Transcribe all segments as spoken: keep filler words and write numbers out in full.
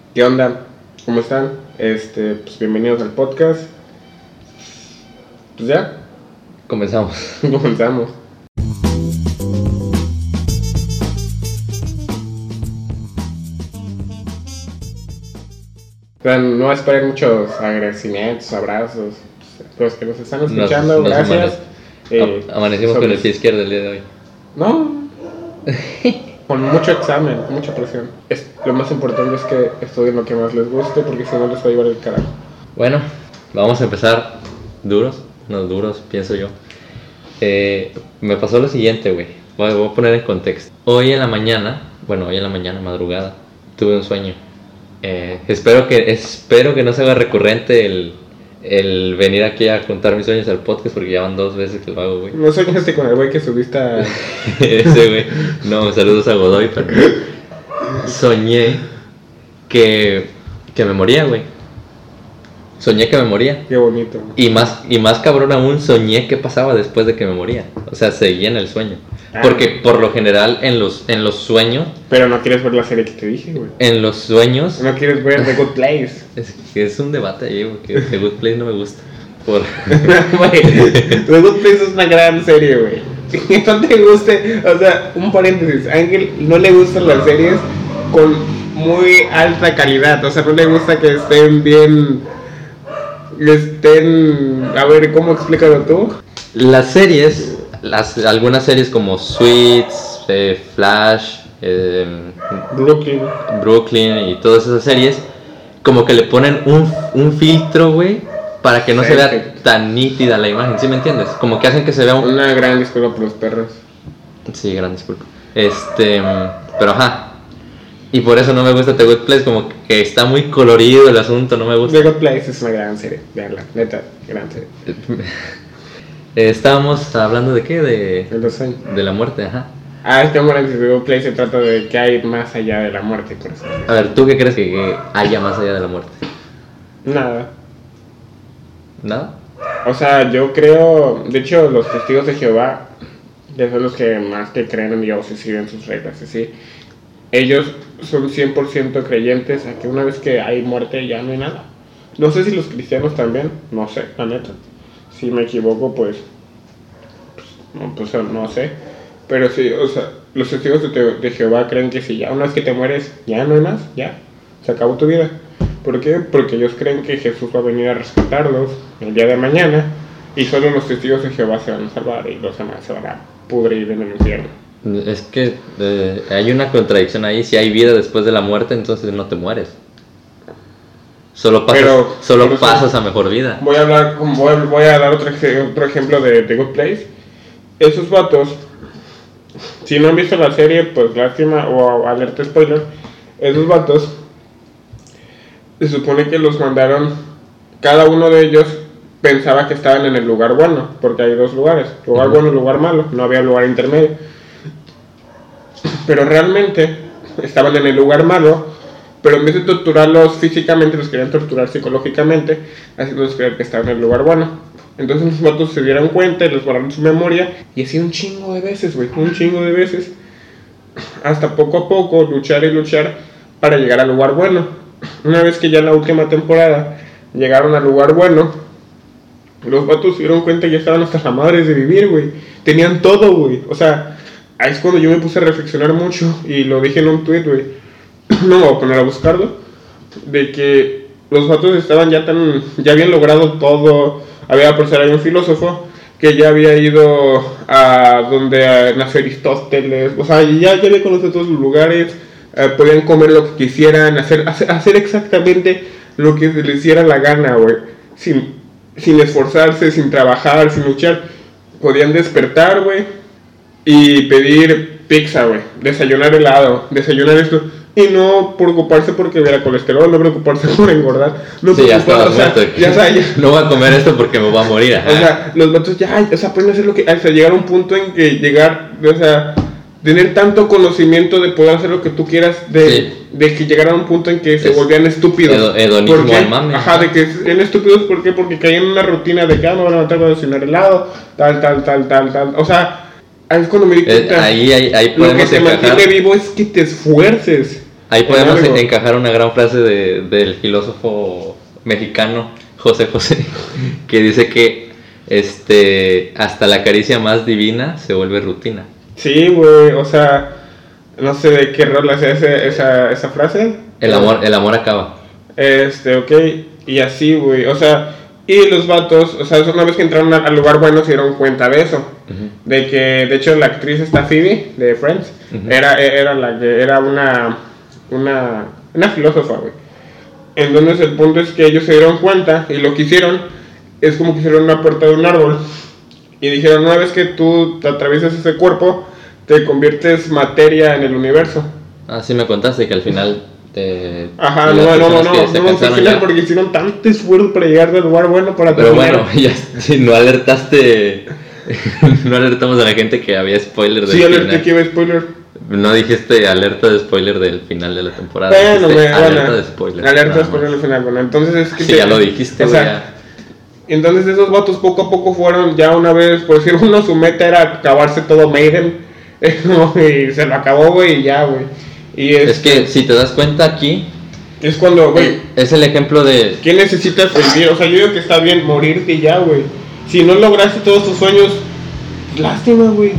¿Qué onda? ¿Cómo están? Este, pues bienvenidos al podcast. Pues ya, Comenzamos. comenzamos. O sea, no esperen muchos agradecimientos, abrazos. Los que nos están escuchando, Nos- nos gracias. Eh, Am- Amanecimos sobre- con el pie izquierdo el día de hoy. No, con mucho examen, con mucha presión. Es, lo más importante es que estudien lo que más les guste, porque si no les va a llevar el carajo. Bueno, vamos a empezar duros. No duros, pienso yo. Eh, me pasó lo siguiente, güey. Voy, voy a poner en contexto. Hoy en la mañana, bueno, hoy en la mañana, madrugada, tuve un sueño. Eh, espero que espero que no se haga recurrente el, el venir aquí a contar mis sueños al podcast, porque ya van dos veces que lo hago, güey. ¿No soñaste con el güey que subiste a... Ese güey. No, saludos a Godoy, pero soñé que, que me moría, güey. Soñé que me moría. Qué bonito. Y más, y más cabrón aún, soñé qué pasaba después de que me moría. O sea, seguía en el sueño. Ah. Porque por lo general en los, en los sueños, Pero no quieres ver la serie que te dije, güey. en los sueños, No quieres ver The Good Place. es, es un debate ahí, porque The Good Place no me gusta. Por... Güey, The Good Place es una gran serie, güey. No te guste, o sea, un paréntesis. A Ángel no le gustan las series con muy alta calidad. O sea, no le gusta que estén bien. Que estén. A ver, ¿cómo explícalo tú? Las series, las, algunas series como Suits, eh, Flash, eh, Brooklyn. Brooklyn y todas esas series, como que le ponen un, un filtro, güey, para que no se vea Perfecto. tan nítida la imagen, ¿sí me entiendes? Como que hacen que se vea un... Una gran disculpa por los perros. Sí, gran disculpa. Este, pero ajá. Y por eso no me gusta The Good Place, como que está muy colorido el asunto, no me gusta. The Good Place es una gran serie. Veanla, neta, gran serie. Eh, estábamos hablando de qué, de, El dos años. de la muerte, ajá. Ah, este paréntesis. The Good Place se trata de que hay más allá de la muerte, por eso. A ver, ¿tú qué crees que, que haya más allá de la muerte? Nada. ¿Nada? O sea, yo creo, de hecho, los testigos de Jehová, que son los que más que creen en Dios y siguen sus reglas, así, ellos son cien por ciento creyentes a que una vez que hay muerte ya no hay nada. No sé si los cristianos también, no sé, la neta. Si me equivoco, pues, pues, no, pues no sé. Pero sí, o sea, los testigos de, de Jehová creen que si ya una vez que te mueres, ya no hay más, ya, se acabó tu vida. ¿Por qué? Porque ellos creen que Jesús va a venir a rescatarlos el día de mañana y solo los testigos de Jehová se van a salvar y los demás se van a pudrir en el infierno. Es que eh, hay una contradicción ahí. Si hay vida después de la muerte, entonces no te mueres. Solo pasas, Pero- solo pero sí. pasas a mejor vida. Voy a hablar, voy, voy a dar otro, ej- otro ejemplo de The Good Place. Esos vatos, si no han visto la serie, pues lástima o alerta spoiler. Esos vatos, se supone que los mandaron, cada uno de ellos pensaba que estaban en el lugar bueno, porque hay dos lugares, lugar Ujú. bueno y lugar malo, no había lugar intermedio. Pero realmente estaban en el lugar malo, pero en vez de torturarlos físicamente, los querían torturar psicológicamente, haciéndoles creer que estaban en el lugar bueno. Entonces los vatos se dieron cuenta y les borraron su memoria, y así un chingo de veces, güey, un chingo de veces, hasta poco a poco luchar y luchar para llegar al lugar bueno. Una vez que ya en la última temporada llegaron al lugar bueno, los vatos se dieron cuenta y ya estaban hasta la madre de vivir, güey. Tenían todo, güey. O sea, ahí es cuando yo me puse a reflexionar mucho y lo dije en un tweet, güey. No me voy a poner a buscarlo. De que los vatos estaban ya tan... Ya habían logrado todo. Había, por ser, hay un filósofo que ya había ido a donde a, nació Aristóteles. O sea, ya, ya había conocido todos los lugares. Eh, podían comer lo que quisieran. Hacer, hacer, hacer exactamente lo que se les diera la gana, güey. Sin... sin esforzarse, sin trabajar, sin luchar, podían despertar, güey, y pedir pizza, güey, desayunar helado, desayunar esto, y no preocuparse porque hubiera colesterol, no preocuparse por engordar, no Sí, ya preocuparse, estaba o sea, muerto. ya, o sea, ya- No voy a comer esto porque me voy a morir. Ajá. o sea, los vatos ya, o sea, pueden hacer lo que, o sea, llegar a un punto en que llegar, o sea, tener tanto conocimiento de poder hacer lo que tú quieras, de, Sí. de que llegaran a un punto en que se Es volvían estúpidos. hedo- hedonismo ¿Por qué? al mame. Ajá, de que eran estúpidos, ¿por qué? Porque caían en una rutina de que ah, me van a matar para cocinar helado, tal, tal, tal, tal, tal. O sea, ahí es cuando me di Eh, cuenta. ahí, ahí, ahí Lo que podemos te encajar. mantiene vivo es que te esfuerces. Ahí podemos algo. encajar una gran frase de, del filósofo mexicano José José, que dice que este hasta la caricia más divina se vuelve rutina. Sí, güey, o sea, no sé de qué rola es ese, esa, esa frase. El amor, el amor acaba. Este, ok, y así, güey, o sea, y los vatos, o sea, una vez que entraron al lugar bueno se dieron cuenta de eso, uh-huh. De que, de hecho, la actriz esta Phoebe, de Friends, uh-huh. era, era la que, era una, una, una filósofa, güey. Entonces el punto es que ellos se dieron cuenta y lo que hicieron es como que hicieron una puerta de un árbol y dijeron, una vez que tú te atraviesas ese cuerpo, te conviertes materia en el universo. Ah, sí me contaste que al final te... Ajá, no, no, no, no, no, al final porque hicieron tanto esfuerzo para llegar del lugar bueno para Pero terminar. Bueno, ya si no alertaste, no alertamos a la gente que había spoiler del Sí, alerté final. que iba spoiler. No dijiste alerta de spoiler del final de la temporada. Bueno, me, alerta bueno, de spoiler. Alerta de spoiler del final, bueno, entonces es que... Sí, te, ya lo dijiste, o güey. sea, entonces esos vatos poco a poco fueron, ya una vez, por decir uno, su meta era acabarse todo Maiden, y se lo acabó, güey, y ya, güey. Y es, es que si te das cuenta aquí... Es cuando, güey... Es el ejemplo de... ¿Qué necesitas vivir? O sea, yo digo que está bien morirte y ya, güey. Si no lograste todos tus sueños, lástima, güey.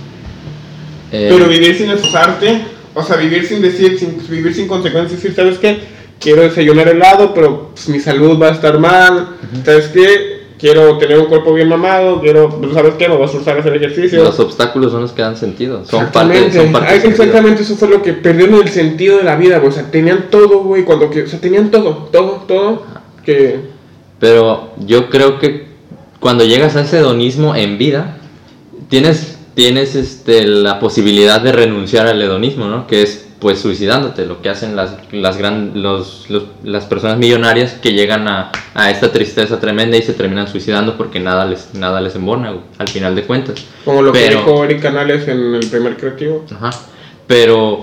Eh, Pero vivir sin esforzarte, o sea, vivir sin decir, sin, vivir sin consecuencias, decir, ¿sabes qué? Quiero desayunar helado, pero pues, mi salud va a estar mal, uh-huh. ¿Sabes qué? Quiero tener un cuerpo bien mamado, quiero, pues, ¿sabes qué? Me voy a esforzar a hacer ejercicio. Los obstáculos son los que dan sentido, son parte, son parte Ay, exactamente, eso fue lo que perdieron el sentido de la vida, güey, o sea, tenían todo, güey, cuando que, o sea, tenían todo, todo, todo, que... Pero yo creo que cuando llegas a ese hedonismo en vida, tienes... tienes este, la posibilidad de renunciar al hedonismo, ¿no? Que es, pues, suicidándote, lo que hacen las, las, gran, los, los, las personas millonarias que llegan a, a esta tristeza tremenda y se terminan suicidando porque nada les, nada les embona, güey, al final de cuentas. Como lo Pero, que dijo Eric Canales en el primer creativo. Ajá. Pero,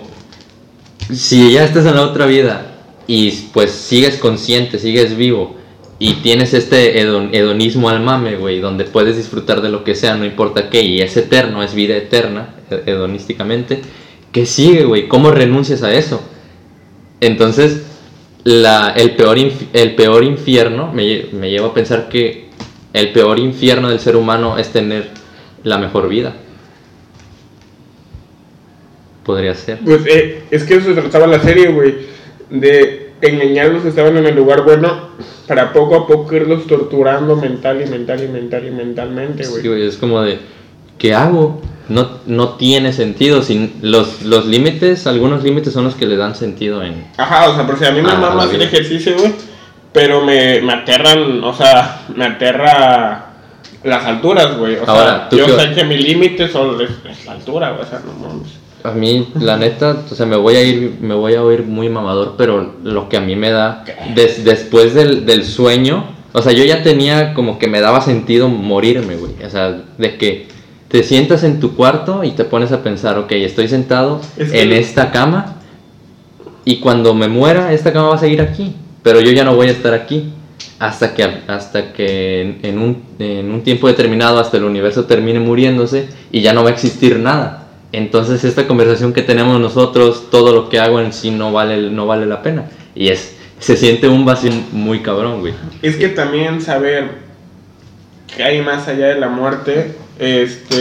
si ya estás en la otra vida y, pues, sigues consciente, sigues vivo, y tienes este hedon, hedonismo al mame, güey, donde puedes disfrutar de lo que sea, no importa qué, y es eterno, es vida eterna, hedonísticamente, ¿qué sigue, güey? ¿Cómo renuncias a eso? Entonces, la, el, peor inf, el peor infierno me, me lleva a pensar que el peor infierno del ser humano es tener la mejor vida. Podría ser. Pues eh, es que eso se trataba la serie, güey, de engañarlos que estaban en el lugar bueno para poco a poco irlos torturando mental y mental y mental y mentalmente, güey. Sí, güey, es como de, ¿qué hago? No, no tiene sentido. Sin los, los límites, algunos límites son los que le dan sentido en... Ajá, o sea, por si a mí me ah, mama hacer ejercicio, güey, pero me, me aterran, o sea, me aterra las alturas, güey. O Ahora, sea, yo sé que mi límite son es, es la altura, güey, o sea, no mames. A mí, la neta, o sea, me voy a ir, me voy a oír muy mamador, pero lo que a mí me da, des, después del, del sueño, o sea, yo ya tenía como que me daba sentido morirme, güey, o sea, de que te sientas en tu cuarto y te pones a pensar, ok, estoy sentado es que... en esta cama, y cuando me muera, esta cama va a seguir aquí, pero yo ya no voy a estar aquí, hasta que, hasta que en, en, un, en un tiempo determinado, hasta el universo termine muriéndose, y ya no va a existir nada. Entonces esta conversación que tenemos nosotros, todo lo que hago en sí no vale, no vale la pena. Y es, se siente un vacío muy cabrón, güey. Es que también saber que hay más allá de la muerte, este,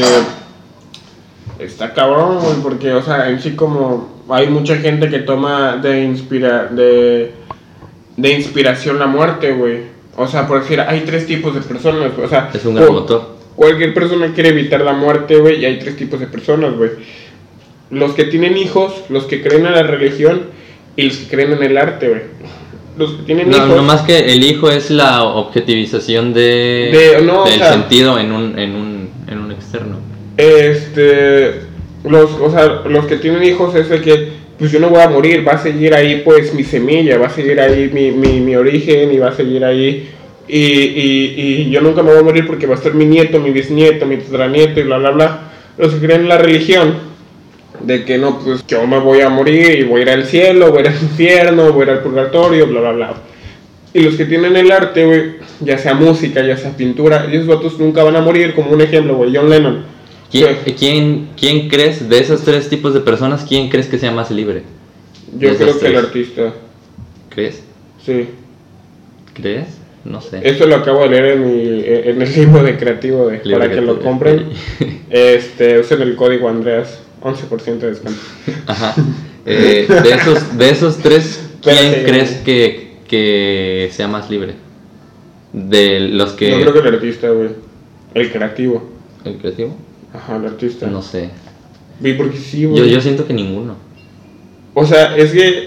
está cabrón, güey, porque, o sea, en sí como hay mucha gente que toma de, inspira, de, de inspiración la muerte, güey. O sea, por decir, hay tres tipos de personas, o sea... Es un gran motor. Cualquier persona quiere evitar la muerte, güey, y hay tres tipos de personas, güey. Los que tienen hijos, los que creen en la religión y los que creen en el arte, güey. Los que tienen no, hijos... No, más que el hijo es la objetivización de, de no, del o sea, sentido en un, en, un, en un externo. Este... Los, o sea, los que tienen hijos es el que, pues yo no voy a morir, va a seguir ahí, pues, mi semilla, va a seguir ahí mi, mi, mi origen y va a seguir ahí... Y, y, y yo nunca me voy a morir porque va a estar mi nieto, mi bisnieto, mi tataranieto y bla bla bla. Los que creen en la religión, de que no, pues yo me voy a morir y voy a ir al cielo, voy a ir al infierno, voy a ir al purgatorio, bla bla bla. Y los que tienen el arte, güey, ya sea música, ya sea pintura, esos vatos nunca van a morir, como un ejemplo, güey, John Lennon. ¿Quién, ¿quién, ¿Quién crees, de esos tres tipos de personas, quién crees que sea más libre? Yo De creo esos que el tres. artista. ¿Crees? Sí. ¿Crees? No sé. Esto lo acabo de leer en, mi, en el libro de creativo de, Libro para que lo creativo. compren. Este, usen el código Andreas, once por ciento de descuento. Ajá. Eh, de, esos, de esos tres, ¿quién Espérate. crees que, que sea más libre? De los que... Yo creo que el artista, güey. El creativo. ¿El creativo? Ajá, el artista. No sé. Güey, porque sí, güey. Yo, yo siento que ninguno. O sea, es que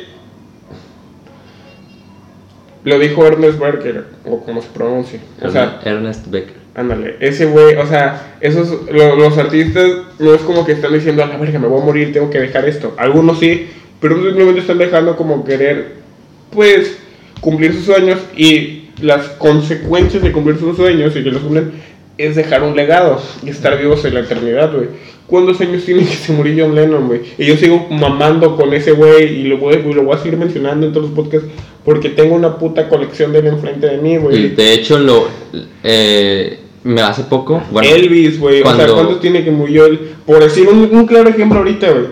lo dijo Ernest Barker, o como se pronuncia. O sea, Ernest Becker. ándale, ese güey, o sea, esos, lo- los artistas no es como que están diciendo, a la verga, me voy a morir, tengo que dejar esto. Algunos sí, pero otros simplemente están dejando como querer, pues, cumplir sus sueños, y las consecuencias de cumplir sus sueños y que los cumplen es dejar un legado y estar vivos en la eternidad, güey. ¿Cuántos años tiene que se murió John Lennon, güey? Y yo sigo mamando con ese güey y lo voy, lo voy a seguir mencionando en todos los podcasts porque tengo una puta colección de él enfrente de mí, Y güey. de hecho, lo eh, me hace poco. Bueno, Elvis, güey. cuando- O sea, ¿cuántos tiene que murió él? Por decir un, un claro ejemplo ahorita, güey.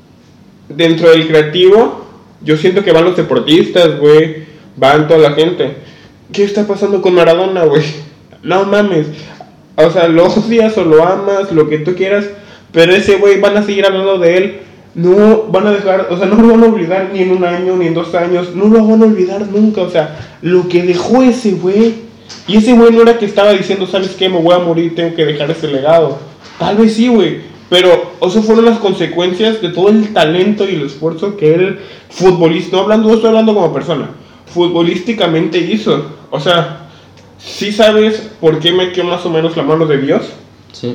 Dentro del creativo, yo siento que van los deportistas, güey. Van toda la gente. ¿Qué está pasando con Maradona, güey? No mames. O sea, lo odias o lo amas, lo que tú quieras. Pero ese güey van a seguir hablando de él. No van a dejar, o sea, no lo van a olvidar ni en un año, ni en dos años. No lo van a olvidar nunca. O sea, lo que dejó ese güey. Y ese güey no era que estaba diciendo, ¿sabes qué? Me voy a morir, tengo que dejar ese legado. Tal vez sí, güey. Pero, o sea, fueron las consecuencias de todo el talento y el esfuerzo que él, futbolista, no hablando, no estoy hablando como persona, futbolísticamente hizo. O sea, ¿sí sabes por qué metió más o menos la mano de Dios? sí.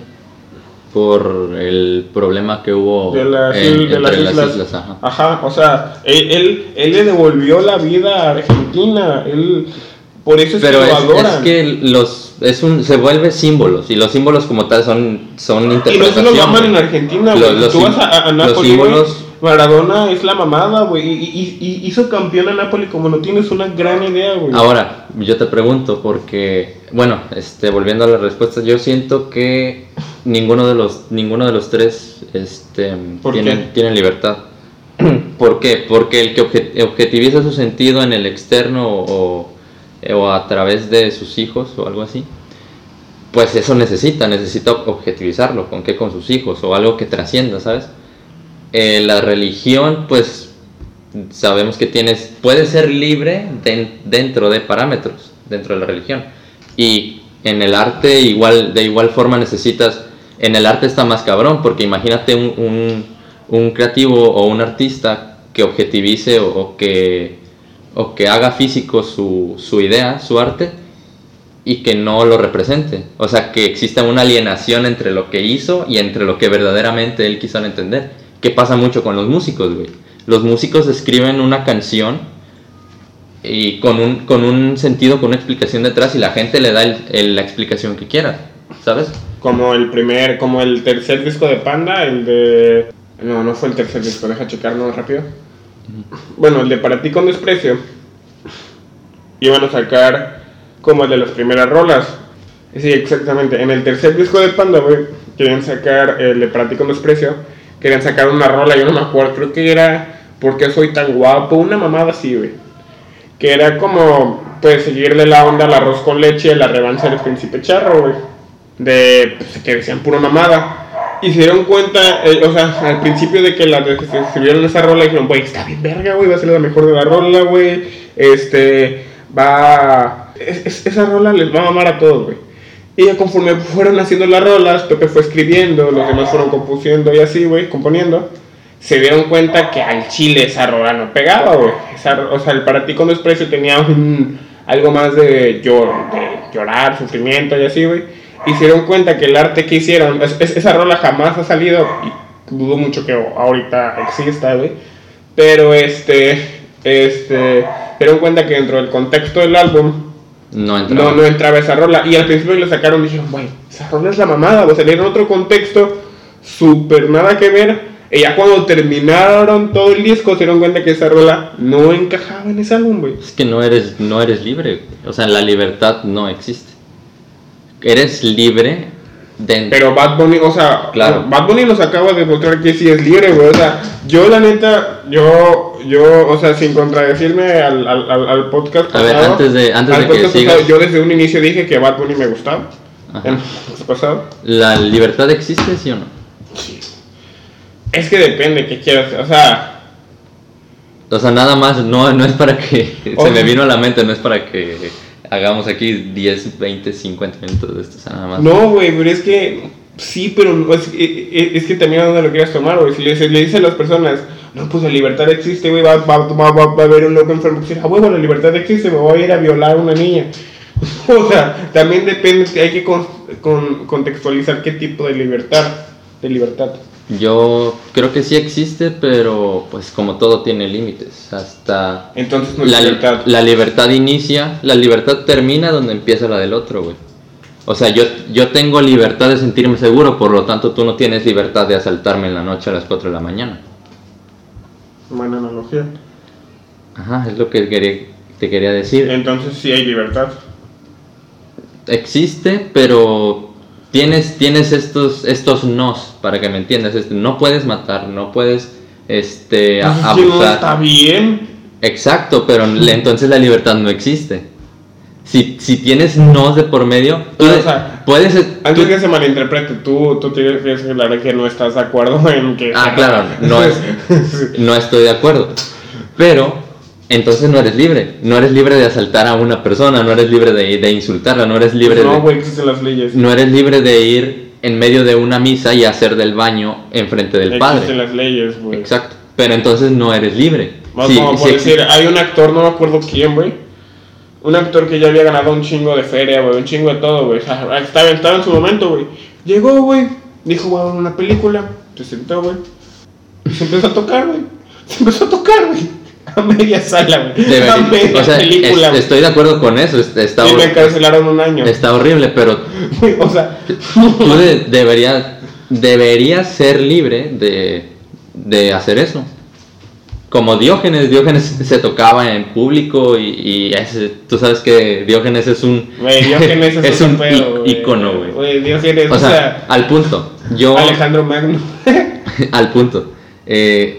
Por el problema que hubo De las, en- de las entre islas. las islas. Ajá. Ajá, o sea, él, él, él le devolvió la vida a Argentina. Él, por eso es Pero que lo es, adoran. es que los es un se vuelve símbolos y los símbolos como tal son son Y no interpretación. se lo maman en güey. Argentina, Los- güey. los Tú vas sim- a, a los Nápoles, símbolos- güey, Maradona es la mamada, güey. Y, y- y hizo campeón a Nápoles como no tienes una gran idea, güey. Ahora, yo te pregunto porque bueno, este volviendo a la respuesta, yo siento que ninguno de los ninguno de los tres este ¿Por tienen qué? tienen libertad. ¿Por qué? Porque el que obje- objetiviza su sentido en el externo o, o a través de sus hijos o algo así, pues eso necesita, necesita objetivizarlo. ¿Con qué? Con sus hijos o algo que trascienda, ¿sabes? Eh, la religión, pues sabemos que tienes, puede ser libre den- dentro de parámetros, dentro de la religión. Y en el arte igual, de igual forma necesitas, en el arte está más cabrón, porque imagínate un, un, un creativo o un artista que objetivice o, o que, o que haga físico su, su idea, su arte, y que no lo represente. O sea, que exista una alienación entre lo que hizo y entre lo que verdaderamente él quiso entender. Que pasa mucho con los músicos, güey. Los músicos escriben una canción y con un, con un sentido, con una explicación detrás, y la gente le da el, el- la explicación que quiera, ¿sabes? Como el primer, como el tercer disco de Panda, el de... No, no fue el tercer disco, deja checarlo rápido. Bueno, el de Para ti con desprecio. Iban a sacar como el de las primeras rolas. Sí, exactamente. En el tercer disco de Panda, güey, querían sacar el de Para ti con desprecio. Querían sacar una rola, yo no me acuerdo, creo que era ¿Por qué soy tan guapo? Una mamada así, güey. Que era como, pues, seguirle la onda al arroz con leche, la revancha del príncipe charro, güey. De, pues, que decían pura mamada. Y se dieron cuenta, eh, o sea, al principio de que, la, de que se escribieron esa rola, dijeron, güey, está bien verga, güey, va a ser la mejor de la rola, güey. Este, va... Es, es- esa rola les va a mamar a todos, güey. Y ya conforme fueron haciendo las rolas, Pepe fue escribiendo, los demás fueron compusiendo y así, güey, componiendo. Se dieron cuenta que al chile esa rola no pegaba, güey. Esa- O sea, el Para ti con desprecio tenía un, algo más de, llor, de llorar, sufrimiento y así, güey. Y se dieron cuenta que el arte que hicieron, es- es- esa rola jamás ha salido, y dudo mucho que ahorita exista, güey. Pero este, este, se dieron cuenta que dentro del contexto del álbum, No entra. no, no entraba esa rola. Y al principio le sacaron y dijeron, güey, esa rola es la mamada, güey. Salieron en otro contexto, súper nada que ver. Y ya cuando terminaron todo el disco, se dieron cuenta que esa rola no encajaba en ese álbum, güey. Es que no eres, no eres libre, güey. O sea, la libertad no existe. Eres libre de... Pero Bad Bunny, o sea, claro. Bad Bunny nos acaba de demostrar que sí es libre, güey. O sea, yo la neta, yo, yo, o sea, sin contradecirme al, al, al, al podcast pasado. A ver, antes de, antes de que sigas. Pasado, yo desde un inicio dije que Bad Bunny me gustaba. Ajá. En el pasado. ¿La libertad existe, sí o no? Sí. Es que depende qué quieras, o sea... O sea, nada más, no, no es para que... se sea, me vino a la mente, no es para que hagamos aquí diez, veinte, cincuenta minutos de esto, o sea, nada más. No, güey, pero es que... Sí, pero es, es, es que también a dónde lo quieras tomar, güey. Si le, si le dicen a las personas, no, pues la libertad existe, güey, va, va, va, va, va a haber un loco enfermo que dice, ah, bueno, la libertad existe, me voy a ir a violar a una niña. O sea, también depende, hay que con, con, contextualizar qué tipo de libertad, de libertad. Yo creo que sí existe, pero pues como todo tiene límites. Hasta entonces no es la libertad. La libertad inicia, la libertad termina donde empieza la del otro, güey. O sea, yo, yo tengo libertad de sentirme seguro, por lo tanto tú no tienes libertad de asaltarme en la noche a las cuatro de la mañana. Buena analogía. Ajá, es lo que quería, te quería decir. Entonces sí hay libertad. Existe, pero... Tienes, tienes estos, estos nos, para que me entiendas, este, no puedes matar, no puedes este, pues a, es que abusar. No está bien. Exacto, pero entonces la libertad no existe. Si, si tienes nos de por medio, tú o sea, puedes... Antes tú, que se malinterprete, tú, tú tienes que aclarar que no estás de acuerdo en que... Ah, claro, no, es, no estoy de acuerdo, pero... Entonces no eres libre, no eres libre de asaltar a una persona, no eres libre de, de insultarla, no eres libre no, de... No, güey, existen las leyes. No eres libre de ir en medio de una misa y hacer del baño enfrente del existen padre. Existen las leyes, güey. Exacto, pero entonces no eres libre. Vamos, sí, como por sí, decir, sí. Hay un actor, no me acuerdo quién, güey. Un actor que ya había ganado un chingo de feria, güey, un chingo de todo, güey. O sea, estaba, estaba en su momento, güey. Llegó, güey, dijo, güey, una película, se sentó, güey. Y se empezó a tocar, güey. Se empezó a tocar, güey. A media sala, güey. Debería, a media o sea, película, es, estoy de acuerdo con eso. Está y me encarcelaron un año. Está horrible, pero o sea, tú de, deberías deberías ser libre de, de hacer eso. Como Diógenes, Diógenes se tocaba en público y, y ese, tú sabes que Diógenes es un wey, Diógenes es, es un pedo, ícono, güey. Wey, Diógenes, o, o sea, sea, al punto. Yo Alejandro Magno. al punto. Eh,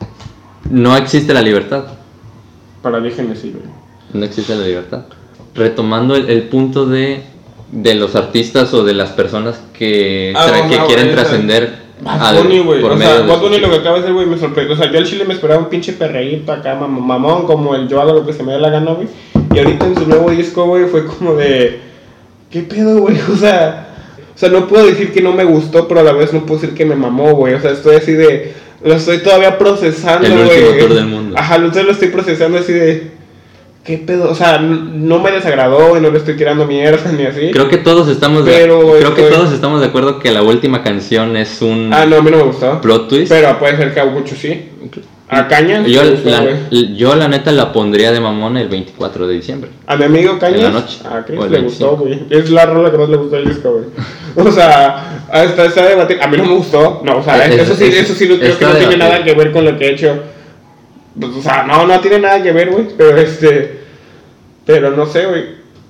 No existe la libertad. Para Diógenes sí, güey. No existe la libertad. Retomando el, el punto de, de los artistas o de las personas que, ah, tra- no, que no, quieren wey, trascender Bad Bunny, güey. por O medio sea, de Bad Bunny lo que acaba de hacer, güey, me sorprendió. O sea, yo al chile me esperaba un pinche perreíto acá, mam- mamón, como el yo hago lo que se me dé la gana, güey. Y ahorita en su nuevo disco, güey, fue como de... ¿Qué pedo, güey? O sea... O sea, no puedo decir que no me gustó, pero a la vez no puedo decir que me mamó, güey. O sea, estoy así de... Lo estoy todavía procesando, güey. El último wey. tour del mundo. Ajá, lo, lo estoy procesando así de... ¿Qué pedo? O sea, no me desagradó y no le estoy tirando mierda ni así. Creo que todos estamos pero de, creo estoy... que todos estamos de acuerdo que la última canción es un... Ah, no, a mí no me gustó. Plot twist. Pero puede ser que a muchos sí. A Cañas. Yo, gustó, la, yo la neta la pondría de mamón el veinticuatro de diciembre. A mi amigo Cañas. En la noche. A Chris le gustó, güey. Es la rola que más le gustó al disco, güey. O sea, hasta está debatir. A mí no me gustó. No, o sea, es, eso sí, es, eso sí creo que no tiene debatido. Nada que ver con lo que he hecho. Pues, o sea, no, no tiene nada que ver, güey. Pero este. Pero no sé, güey.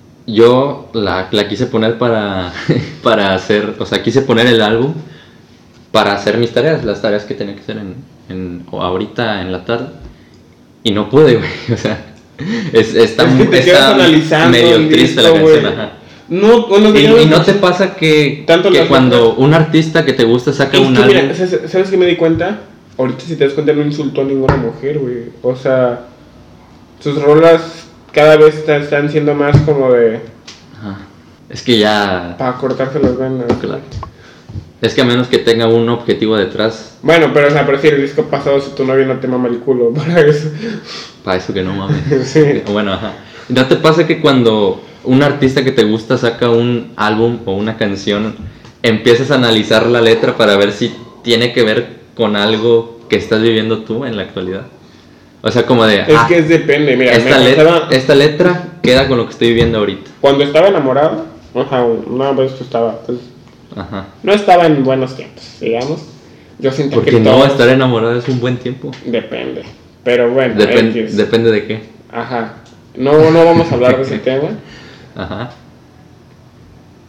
Yo la, la quise poner para, para hacer. O sea, quise poner el álbum para hacer mis tareas, las tareas que tenía que hacer en, en o ahorita en la tarde. Y no pude, güey. O sea, es, está, es que te está medio triste la canción. Ajá. No, bueno, y, y no te pasa que, tanto que cuando un artista que te gusta saca un álbum. Mira, ¿sabes qué me di cuenta? Ahorita, si te das cuenta, no insultó a ninguna mujer, güey. O sea, sus rolas cada vez están siendo más como de. Ajá. Es que ya. Para cortarse las venas. Claro. Es que a menos que tenga un objetivo detrás. Bueno, pero o sea, pero si el disco pasado, si tu novio no te mama el culo, para eso. Para eso que no mames. Sí. Bueno, ajá. ¿No te pasa que cuando un artista que te gusta saca un álbum o una canción, empiezas a analizar la letra para ver si tiene que ver con algo que estás viviendo tú en la actualidad? O sea, como de... Es ah, que es depende, mira. Esta, let- estaba... esta letra queda con lo que estoy viviendo ahorita. Cuando estaba enamorado, ajá, una vez estaba... Pues, ajá. No estaba en buenos tiempos, digamos. Yo siento Porque que no, todos... estar enamorado es un buen tiempo. Depende. Pero bueno, Depen- X. Depende de qué. Ajá. No, no vamos a hablar de ese tema. Ajá.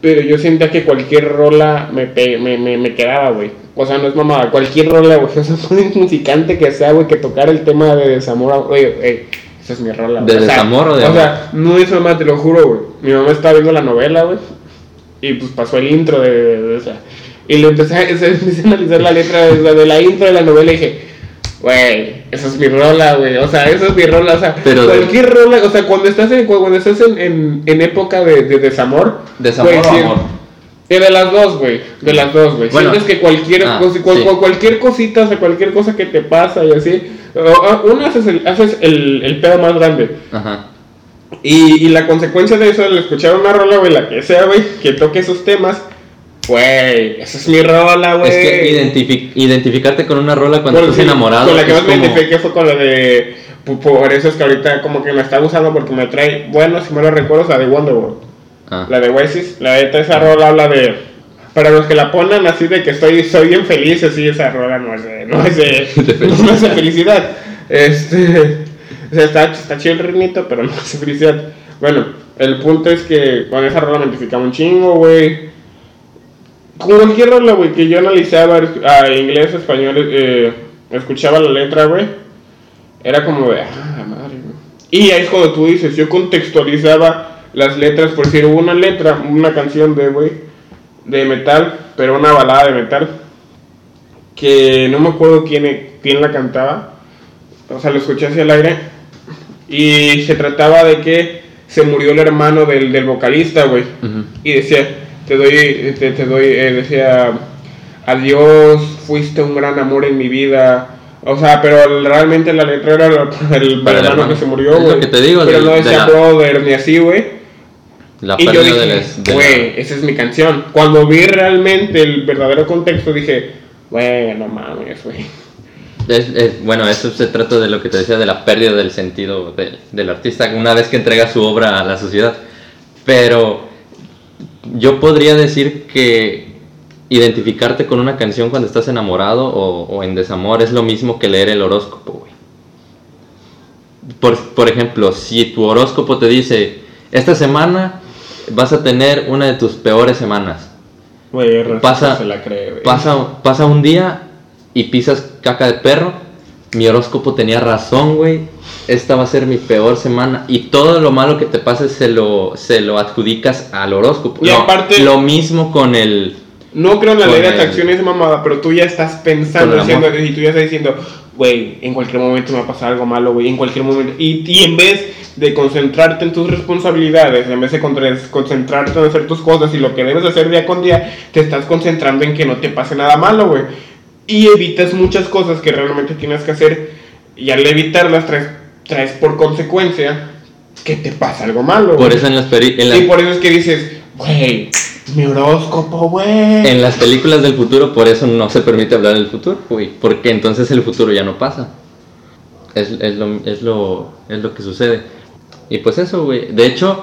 pero yo sentía que cualquier rola me, pe- me, me, me quedaba, güey. O sea, no es mamada, cualquier rola, güey. O sea, por musicante que sea, güey, que tocar el tema de desamor, güey, güey, esa es mi rola. ¿De o sea, desamor o de O amor? sea, no es mamá, te lo juro, güey. Mi mamá estaba viendo la novela, güey, y pues pasó el intro de, de, de esa. Y le empecé a, empecé a analizar la letra de, de la intro de la novela y dije, güey, esa es mi rola, güey. O sea, esa es mi rola. O sea, Pero cualquier de... rola, o sea, cuando estás en, cuando estás en, en, en época de, de desamor. ¿Desamor güey, o sí, amor? Eh, de las dos, güey. De las dos, güey. Bueno, sientes que cualquier, ah, cosa, cual, sí. cual, cualquier cosita, o sea, cualquier cosa que te pasa y así. Uh, uno haces el, haces el, el pedo más grande. Ajá. Y, y la consecuencia de eso, al escuchar una rola, güey, la que sea, güey, que toque esos temas. Güey, esa es mi rola, güey. Es que identific- identificarte con una rola cuando Por estás sí, enamorado. Con la que es más me como- identifiqué fue con la de. Por eso es que ahorita como que me está gustando porque me trae. Bueno, si me lo recuerdo, la de Wonderworld. Ah. La de Oasis. La de esa rola habla de. Para los que la ponen así de que estoy soy bien feliz, así esa rola no es de. No es de. no es de felicidad. Este. O sea, está, está chido el ritmito, pero no es de felicidad. Bueno, el punto es que con esa rola me identificaba un chingo, güey. Con cualquier rola, güey, que yo analizaba a inglés, español, eh, escuchaba la letra, güey, era como de, ah, la madre, güey. Y ahí es cuando tú dices, yo contextualizaba las letras, por decir, hubo una letra, una canción de, güey, de metal, pero una balada de metal, que no me acuerdo quién, quién la cantaba, o sea, lo escuché hacia el aire, y se trataba de que se murió el hermano del, del vocalista, güey, Uh-huh. y decía, te doy, te, te doy, eh, decía, adiós, fuiste un gran amor en mi vida. O sea, pero realmente la letra era el, el Para el hermano hermano. que se murió, Es lo güey. que te digo, pero de- no de decía la- brother ni así, güey. La Y yo pérdida de dije, las- de güey, la- esa es mi canción. Cuando vi realmente el verdadero contexto, dije, güey, no mames, güey. Es, es- bueno, eso se trata de lo que te decía, de la pérdida del sentido del, del artista una vez que entrega su obra a la sociedad. Pero yo podría decir que identificarte con una canción cuando estás enamorado o, o en desamor es lo mismo que leer el horóscopo, güey. Por, por ejemplo, si tu horóscopo te dice, esta semana vas a tener una de tus peores semanas. Güey, el Pasa- resto se la cree, güey. Pasa, pasa un día y pisas caca de perro. Mi horóscopo tenía razón, güey. Esta va a ser mi peor semana. Y todo lo malo que te pase se lo, se lo adjudicas al horóscopo. Y No, aparte- lo mismo con el... No creo en la Con ley de el- atracción y esa mamada, pero tú ya estás pensando, Con el amor. diciendo, y tú ya estás diciendo, güey, en cualquier momento me va a pasar algo malo, güey, en cualquier momento. Y, y en vez de concentrarte en tus responsabilidades, en vez de contra- concentrarte en hacer tus cosas y lo que debes hacer día con día, te estás concentrando en que no te pase nada malo, güey. Y evitas muchas cosas que realmente tienes que hacer, y al evitarlas traes, traes por consecuencia que te pasa algo malo, güey. Por eso en las, peri- en, la- Y por eso es que dices, güey, mi horóscopo, güey. en las películas del futuro, por eso no se permite hablar del futuro, güey. Porque entonces el futuro ya no pasa. Es, es, lo, es, lo, es lo que sucede. Y pues eso, güey. De hecho,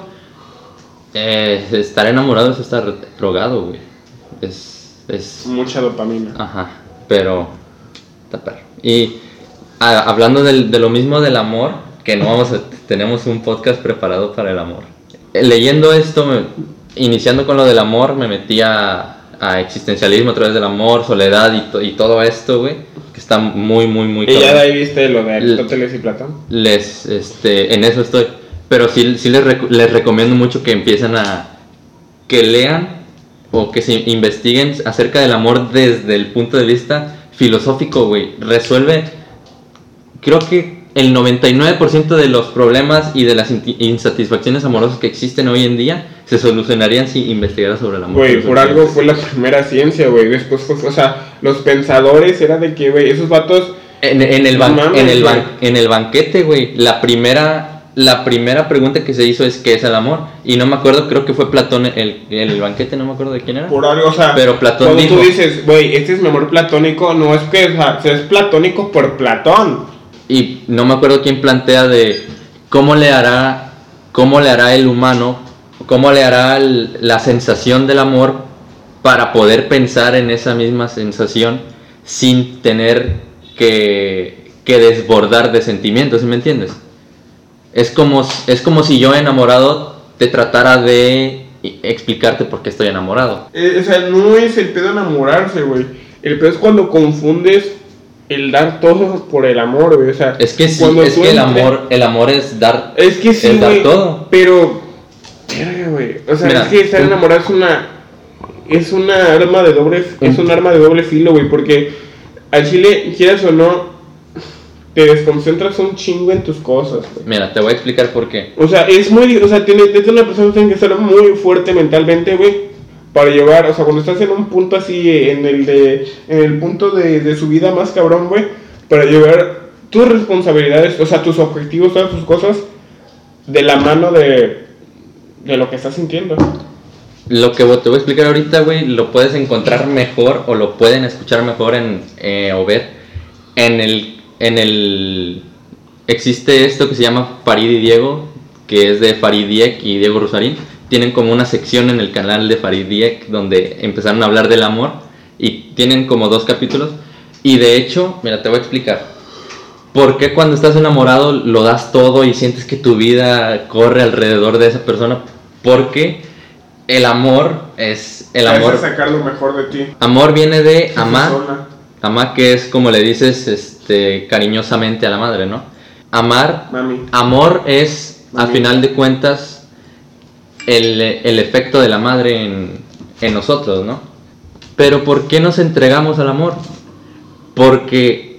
eh, estar enamorado es estar drogado, güey. Es... es Mucha dopamina. Ajá, pero está perro. Y a- hablando del- de lo mismo del amor, que no vamos a, tenemos un podcast preparado para el amor. Eh, Leyendo esto, me- iniciando con lo del amor, me metí a, a existencialismo a través del amor, soledad y, to- y todo esto, güey, que está muy, muy, muy Y ya cabrón. de ahí viste lo de Aristóteles y Platón. Les, este, en eso estoy. Pero sí, sí les, rec- les recomiendo mucho que empiecen a... que lean o que se investiguen acerca del amor desde el punto de vista filosófico, güey. Resuelve, creo que el noventa y nueve por ciento de los problemas y de las in- insatisfacciones amorosas que existen hoy en día se solucionarían si investigaras sobre el amor. Güey, por algo fue la primera ciencia, güey. Después fue, o sea, los pensadores era de que, güey, esos vatos. En, en el, ban- No mames, en, el ban- güey. en el banquete, güey, la primera... La primera pregunta que se hizo es ¿qué es el amor? Y no me acuerdo, creo que fue Platón el, el banquete, no me acuerdo de quién era. Por algo, o sea, Pero Platón cuando dijo- tú dices, güey, este es mi amor platónico, no es que, o sea, es platónico por Platón. Y no me acuerdo quién plantea de cómo le hará, cómo le hará el humano, cómo le hará el- la sensación del amor para poder pensar en esa misma sensación sin tener que, que desbordar de sentimientos, ¿sí me entiendes? Es como, es como si yo enamorado te tratara de explicarte por qué estoy enamorado. Eh, o sea, no es el pedo enamorarse, güey. El pedo es cuando confundes el dar todo por el amor, güey. O sea, es que sí, cuando es tú que el entre- amor, el amor es dar, Es que sí, es dar güey. todo. Pero, verga, güey. O sea, Mira, es que estar tú- enamorado es una. Es una arma de doble. Es un arma de doble filo, güey. Porque al chile, quieras o no, te desconcentras un chingo en tus cosas, güey. Mira, te voy a explicar por qué. O sea, es muy. O sea, tiene, es una persona que tiene que estar muy fuerte mentalmente, güey. Para llevar, o sea, cuando estás en un punto así, en el de. En el punto de, de su vida más cabrón, güey. Para llevar tus responsabilidades, o sea, tus objetivos, todas tus cosas. De la mano de. De lo que estás sintiendo. Lo que te voy a explicar ahorita, güey, lo puedes encontrar mejor o lo pueden escuchar mejor en, eh, o ver en el, en el... Existe esto que se llama Farid y Diego, que es de Farid Dieck y Diego Rusarín. Tienen como una sección en el canal de Farid Dieck donde empezaron a hablar del amor y tienen como dos capítulos. Y de hecho, mira, te voy a explicar. ¿Por qué cuando estás enamorado lo das todo y sientes que tu vida corre alrededor de esa persona? Porque el amor es... El amor... Es sacar lo mejor de ti. Amor viene de Esa amar. persona. Amar, que es como le dices este, cariñosamente a la madre, ¿no? Amar... Mami. Amor es, al Mami. final de cuentas, el, el efecto de la madre en, en nosotros, ¿no? Pero ¿por qué nos entregamos al amor? Porque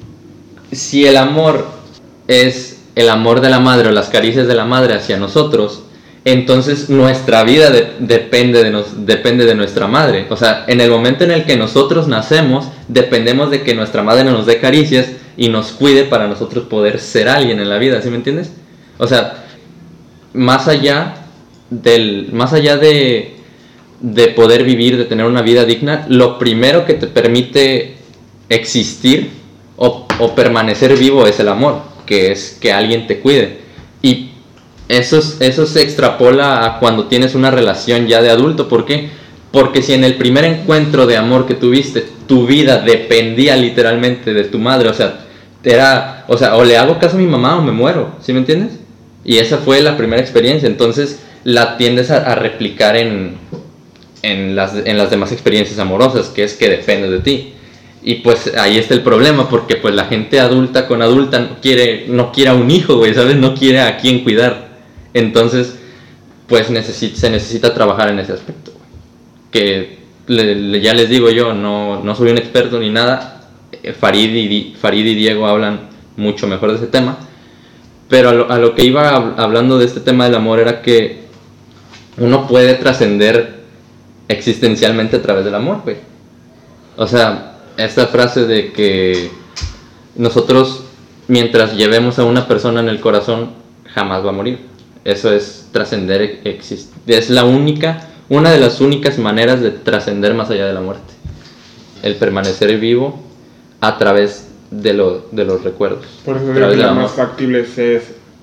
si el amor es el amor de la madre o las caricias de la madre hacia nosotros, entonces nuestra vida de, depende, de nos, depende de nuestra madre. O sea, en el momento en el que nosotros nacemos, dependemos de que nuestra madre nos dé caricias y nos cuide para nosotros poder ser alguien en la vida, ¿sí me entiendes? O sea, más allá del, más allá de, de poder vivir, de tener una vida digna, lo primero que te permite existir o, o permanecer vivo es el amor, que es que alguien te cuide. Y eso, es- eso se extrapola a cuando tienes una relación ya de adulto. ¿Por qué? Porque si en el primer encuentro de amor que tuviste, tu vida dependía literalmente de tu madre, o sea, era, o sea, o le hago caso a mi mamá o me muero, ¿sí me entiendes? Y esa fue la primera experiencia, entonces la tiendes a, a replicar en, en, las, en las demás experiencias amorosas, que es que depende de ti. Y pues ahí está el problema, porque pues la gente adulta con adulta no quiere, no quiere a un hijo, güey, ¿sabes? No quiere a quien cuidar. Entonces, pues necesi- se necesita trabajar en ese aspecto, güey. Que le- le- ya les digo yo, no, no soy un experto ni nada. Eh, Farid y, Di- Farid y Diego hablan mucho mejor de ese tema. Pero a lo, a lo que iba hab- hablando de este tema del amor era que uno puede trascender existencialmente a través del amor, güey. O sea, esta frase de que nosotros, mientras llevemos a una persona en el corazón, jamás va a morir. Eso es trascender, exist- es la única, una de las únicas maneras de trascender más allá de la muerte. El permanecer vivo a través de, lo, de los recuerdos. Por eso a digo través que del la amor. más factible es, es-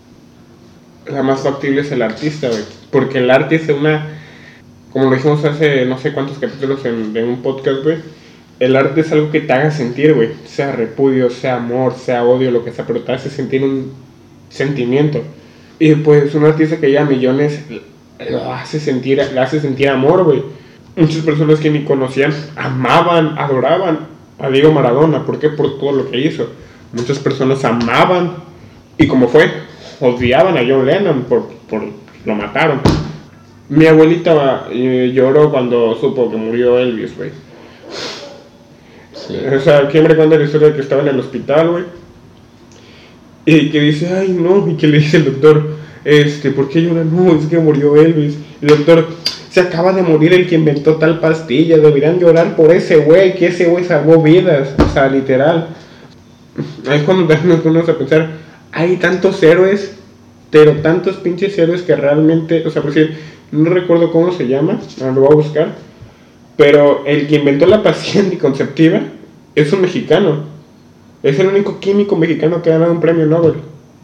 la más factible es el artista, güey. Porque el arte es una, como lo dijimos hace no sé cuántos capítulos en, en un podcast, güey. El arte es algo que te haga sentir, güey. Sea repudio, sea amor, sea odio, lo que sea, pero te hace sentir un sentimiento. Y pues un artista que lleva millones lo hace sentir, le hace sentir amor, güey. Muchas personas que ni conocían amaban, adoraban a Diego Maradona. ¿Por qué? Por todo lo que hizo. Muchas personas amaban y como fue, odiaban a John Lennon por, por lo mataron. Mi abuelita eh, lloró cuando supo que murió Elvis, güey. Sí. O sea, ¿quién me cuenta la historia de que estaba en el hospital, güey? Y que dice, ay, no, y que le dice el doctor, este, ¿por qué llora? No, es que murió Elvis. Y el doctor, se acaba de morir el que inventó tal pastilla, deberían llorar por ese güey, que ese güey salvó vidas, o sea, literal. Ahí es cuando nos ponemos a pensar, hay tantos héroes, pero tantos pinches héroes que realmente, o sea, por decir, no recuerdo cómo se llama, ahora lo voy a buscar, pero el que inventó la pastilla anticonceptiva es un mexicano. Es el único químico mexicano que ha ganado un premio Nobel.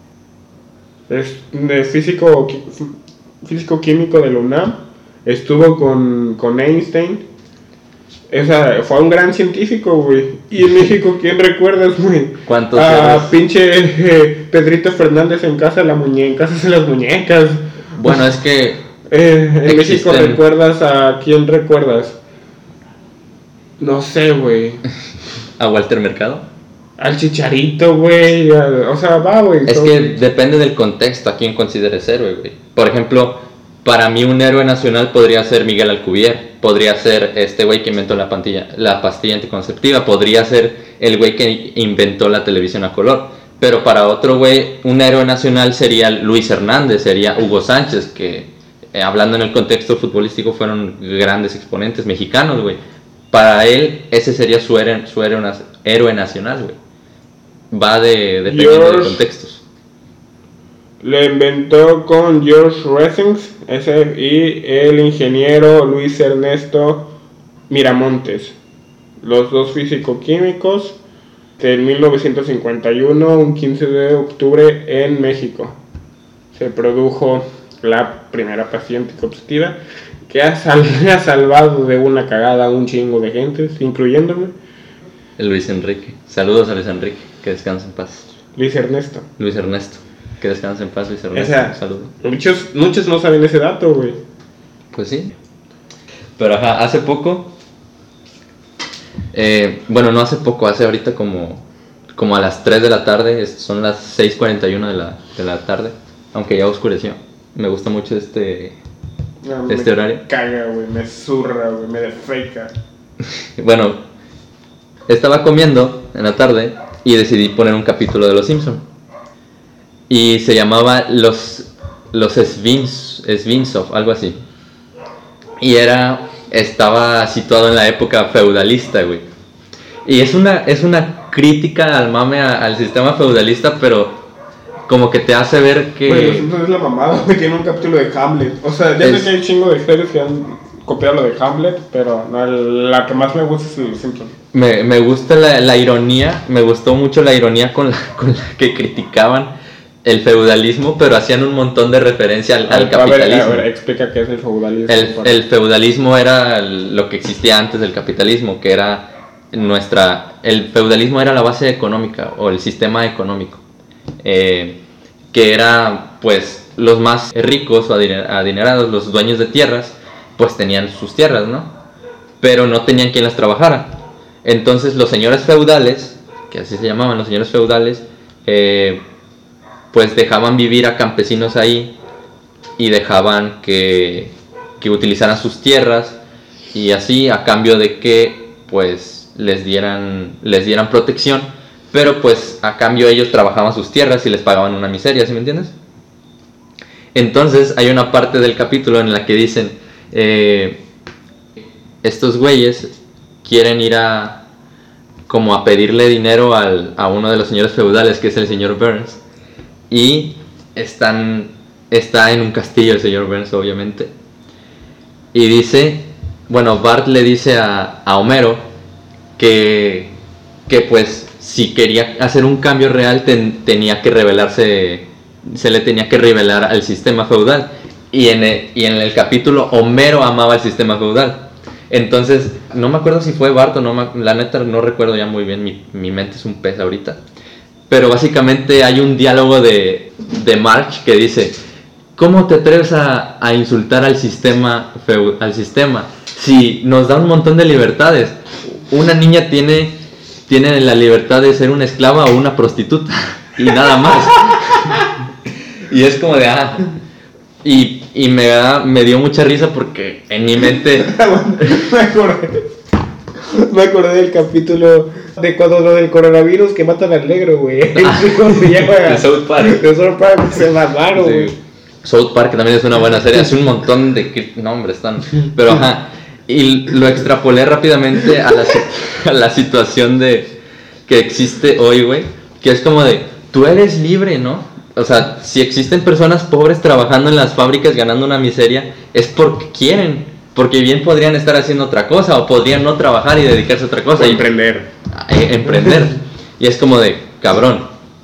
Es de físico, físico químico de la UNAM. Estuvo con, con Einstein. O sea, fue un gran científico, güey. Y en México, ¿quién recuerdas, güey? ¿Cuántos A héroes? pinche eh, Pedrito Fernández en casa de la muñeca, en casa de las muñecas. Bueno, es que Eh, en México, Existen- ¿recuerdas a quién recuerdas? No sé, güey. ¿A Walter Mercado? Al Chicharito, güey. al- O sea, va, güey. Es son- que depende del contexto a quién consideres héroe, güey. Por ejemplo, para mí un héroe nacional podría ser Miguel Alcubierre, podría ser este güey que inventó la pastilla, la pastilla anticonceptiva, podría ser el güey que inventó la televisión a color. Pero para otro güey, un héroe nacional sería Luis Hernández, sería Hugo Sánchez, que eh, hablando en el contexto futbolístico fueron grandes exponentes mexicanos, güey. Para él, ese sería su héroe, su héroe, na- héroe nacional, güey. Va de, dependiendo de George- contextos. Le inventó con George Westinghouse ese, y el ingeniero Luis Ernesto Miramontes. Los dos físico-químicos en mil novecientos cincuenta y uno, un quince de octubre en México. Se produjo la primera pastilla anticonceptiva que ha, sal- ha salvado de una cagada a un chingo de gente, incluyéndome. El Luis Enrique. Saludos a Luis Enrique, que descanse en paz. Luis Ernesto. Luis Ernesto, que descanse en paz, Luis O Ernesto. sea, Saludos. muchos, muchos no saben ese dato, güey. Pues sí. Pero ajá, hace poco. eh, bueno, no hace poco, hace ahorita como, como a las tres de la tarde, es- son las seis cuarenta y uno de la, de la tarde, aunque ya oscureció. Me gusta mucho este. No, ¿Este me horario? caga, güey, me zurra, güey, me defeca. Bueno, estaba comiendo en la tarde y decidí poner un capítulo de Los Simpson. Y se llamaba Los Los Svins, Svinsov, algo así. Y era estaba situado en la época feudalista, güey. Y es una es una crítica al mame a- al sistema feudalista, pero como que te hace ver que Güey, Los Simpsons es la mamada, güey, tiene un capítulo de Hamlet. O sea, ya Es- sé que hay un chingo de series que han copiado lo de Hamlet, pero no, la que más me gusta es Los Simpsons. me, me gusta la, la ironía, me gustó mucho la ironía con la, con la que criticaban el feudalismo, pero hacían un montón de referencia al, al A ver, capitalismo. a ver, explica qué es el feudalismo. El, por- el feudalismo era el- lo que existía antes del capitalismo, que era nuestra... El feudalismo era la base económica o el sistema económico, eh, que era pues los más ricos o adiner- adinerados, los dueños de tierras, pues tenían sus tierras, ¿no? Pero no tenían quien las trabajara. Entonces los señores feudales, que así se llamaban los señores feudales, eh, pues dejaban vivir a campesinos ahí y dejaban que, que utilizaran sus tierras y así a cambio de que pues les dieran, les dieran protección, pero pues a cambio ellos trabajaban sus tierras y les pagaban una miseria, ¿sí me entiendes? Entonces hay una parte del capítulo en la que dicen, eh, estos güeyes quieren ir a como a pedirle dinero al, a uno de los señores feudales, que es el señor Burns, y están, está en un castillo el señor Burns, obviamente, y dice, bueno, Bart le dice a, a Homero que, que pues si quería hacer un cambio real ten- tenía que revelarse, se le tenía que revelar al sistema feudal, y en el, y en el capítulo Homero amaba el sistema feudal. Entonces, no me acuerdo si fue Bart o no, me- la neta no recuerdo ya muy bien, mi, mi mente es un pez ahorita. Pero básicamente hay un diálogo de, de Marge que dice, ¿cómo te atreves a, a insultar al sistema, feu- al sistema si nos da un montón de libertades? Una niña tiene, tiene la libertad de ser una esclava o una prostituta y nada más. Y es como de, ah, y, y me, da, me dio mucha risa porque en mi mente... me acordé. Me acordé del capítulo de cuando lo del coronavirus que matan al negro, güey. ¿Cómo se llama? De South Park. De South Park, se mamaron, güey. Sí. South Park también es una buena serie, hace un montón de cri- nombres están, pero ajá, y lo extrapolé rápidamente a la, si- a la situación de que existe hoy, güey, que es como de, tú eres libre, ¿no? O sea, si existen personas pobres trabajando en las fábricas ganando una miseria, es porque quieren, porque bien podrían estar haciendo otra cosa o podrían no trabajar y dedicarse a otra cosa. O y- emprender. a- a emprender. Y es como de, cabrón,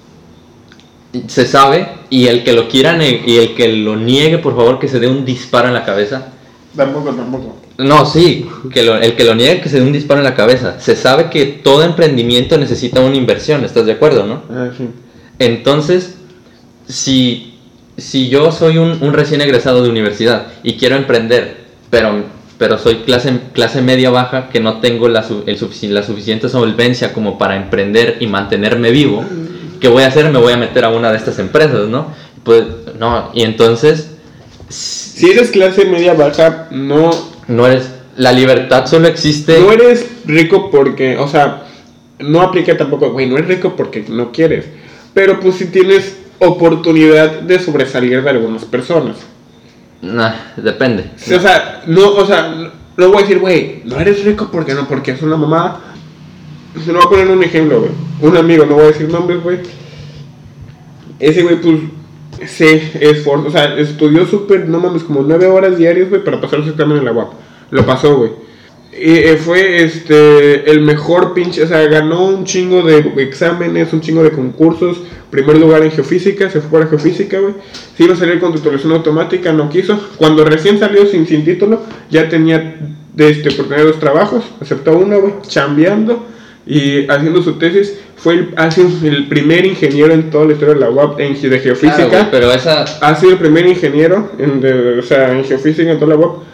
se sabe, y el que lo quiera ne- y el que lo niegue, por favor, que se dé un disparo en la cabeza. Tampoco, tampoco. No, sí, que lo- el que lo niegue, que se dé un disparo en la cabeza. Se sabe que todo emprendimiento necesita una inversión, ¿estás de acuerdo, no? Ah, sí. Entonces, si si yo soy un, un recién egresado de universidad y quiero emprender, pero, pero soy clase, clase media baja, que no tengo la, el sufici- la suficiente solvencia como para emprender y mantenerme vivo, ¿qué voy a hacer? Me voy a meter a una de estas empresas, ¿no? Pues, no, y entonces... Si eres clase media baja, no... No eres... La libertad solo existe... No eres rico porque, o sea, no aplica tampoco, güey, no eres rico porque no quieres, pero pues si tienes oportunidad de sobresalir de algunas personas. Nah, depende. O sea, no, o sea, no voy a decir, güey, no eres rico porque no, porque es una mamá. Se lo voy a poner un ejemplo, güey. Un amigo, no voy a decir nombres, güey. Ese güey, pues, se esforzó, o sea, estudió súper, no mames, como nueve horas diarias, güey, para pasar su examen en la U A P. Lo pasó, güey. Y eh, fue este el mejor pinche, o sea, ganó un chingo de exámenes, un chingo de concursos. Primer lugar en geofísica, se fue para geofísica, güey. Se iba a salir con titulación automática, no quiso. Cuando recién salió sin, sin título, ya tenía de este, por tener dos trabajos. Aceptó uno, güey, chambeando y haciendo su tesis. Fue el, ha sido el primer ingeniero en toda la historia de la U A P en, de geofísica. Claro, güey, pero esa... Ha sido el primer ingeniero en, de, o sea, en geofísica en toda la U A P.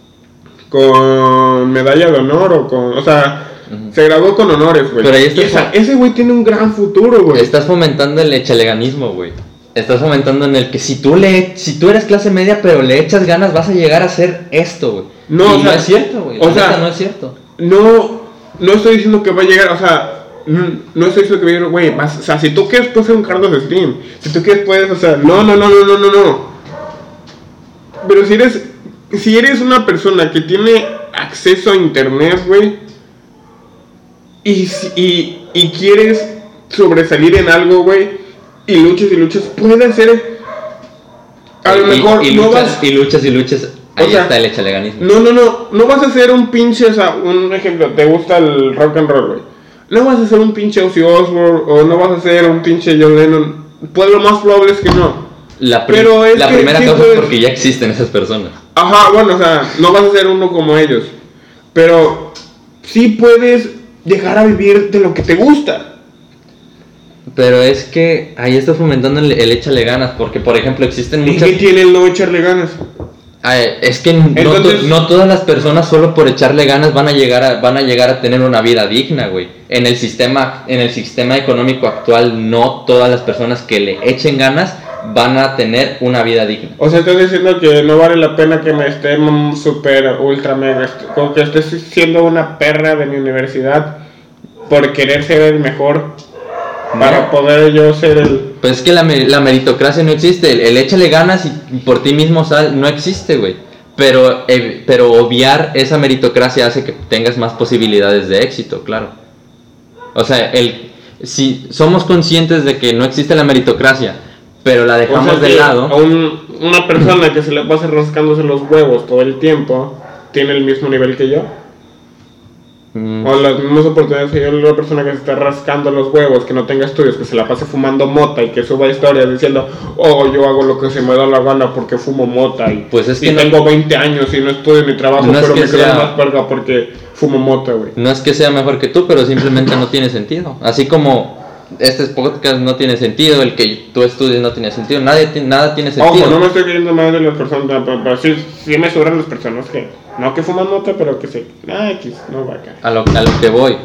Con medalla de honor o con... O sea, uh-huh. Se graduó con honores, güey. Pero ahí está, y esa, ese güey tiene un gran futuro, güey. Estás fomentando el echaleganismo, güey. Estás fomentando en el que si tú le, si tú eres clase media pero le echas ganas vas a llegar a hacer esto, güey. No, y o sea, no es cierto, güey. O sea, no es cierto. No, no estoy diciendo que va a llegar, o sea, no estoy diciendo que va a llegar, güey. O sea, si tú quieres puedes ser un Carlos Slim. Si tú quieres puedes, o sea, no, no, no, no, no, no, no. Pero si eres... Si eres una persona que tiene acceso a internet, güey, y, y, y quieres sobresalir en algo, güey, y luchas y luchas, puede ser, a lo y, mejor y, y no luchas, vas... y luchas y luchas, ahí o sea, está el echaleganismo. No, no, no, no vas a ser un pinche, o sea, un ejemplo, te gusta el rock and roll, güey. No vas a ser un pinche Ozzy Osbourne, o no vas a ser un pinche John Lennon, pues lo más probable es que no. La, prim- Pero es la que primera sí cosa puedes... es porque ya existen esas personas. Ajá, bueno, o sea, no vas a ser uno como ellos, pero sí puedes llegar a vivir de lo que te gusta. Pero es que ahí estás fomentando el, el échale ganas, porque por ejemplo existen ¿Y muchas... qué tiene el no echarle ganas? Ay, es que no, Entonces... to- no todas las personas solo por echarle ganas van a llegar a, van a llegar a tener una vida digna, güey. En el sistema, en el sistema económico actual, no todas las personas que le echen ganas van a tener una vida digna. O sea, estás diciendo que no vale la pena que me esté super, ultra, mega, como que estés siendo una perra de mi universidad por querer ser el mejor, no. Para poder yo ser el... Pues es que la, la meritocracia no existe, el, el échale ganas y por ti mismo sal no existe, güey. Pero, eh, pero obviar esa meritocracia hace que tengas más posibilidades de éxito, claro. O sea, el, si somos conscientes de que no existe la meritocracia, pero la dejamos o sea, de lado. A un, una persona que se le pasa rascándose los huevos todo el tiempo, ¿tiene el mismo nivel que yo? Mm. O las mismas oportunidades que yo, una persona que se está rascando los huevos, que no tenga estudios, que se la pase fumando mota y que suba historias diciendo, oh, yo hago lo que se me da la gana porque fumo mota y, pues es que y no, tengo veinte años y no estudio ni trabajo, no pero me sea, creo más verga porque fumo mota, güey. No es que sea mejor que tú, pero simplemente no tiene sentido. Así como este podcast no tiene sentido, el que tú estudies no tiene sentido, nadie, nada tiene sentido. Ojo, no me estoy queriendo más de las personas, pero, pero sí, sí me sobran las personas que, no que fuman mota, pero que se, ah, X, no va a caer. A lo, a lo que voy,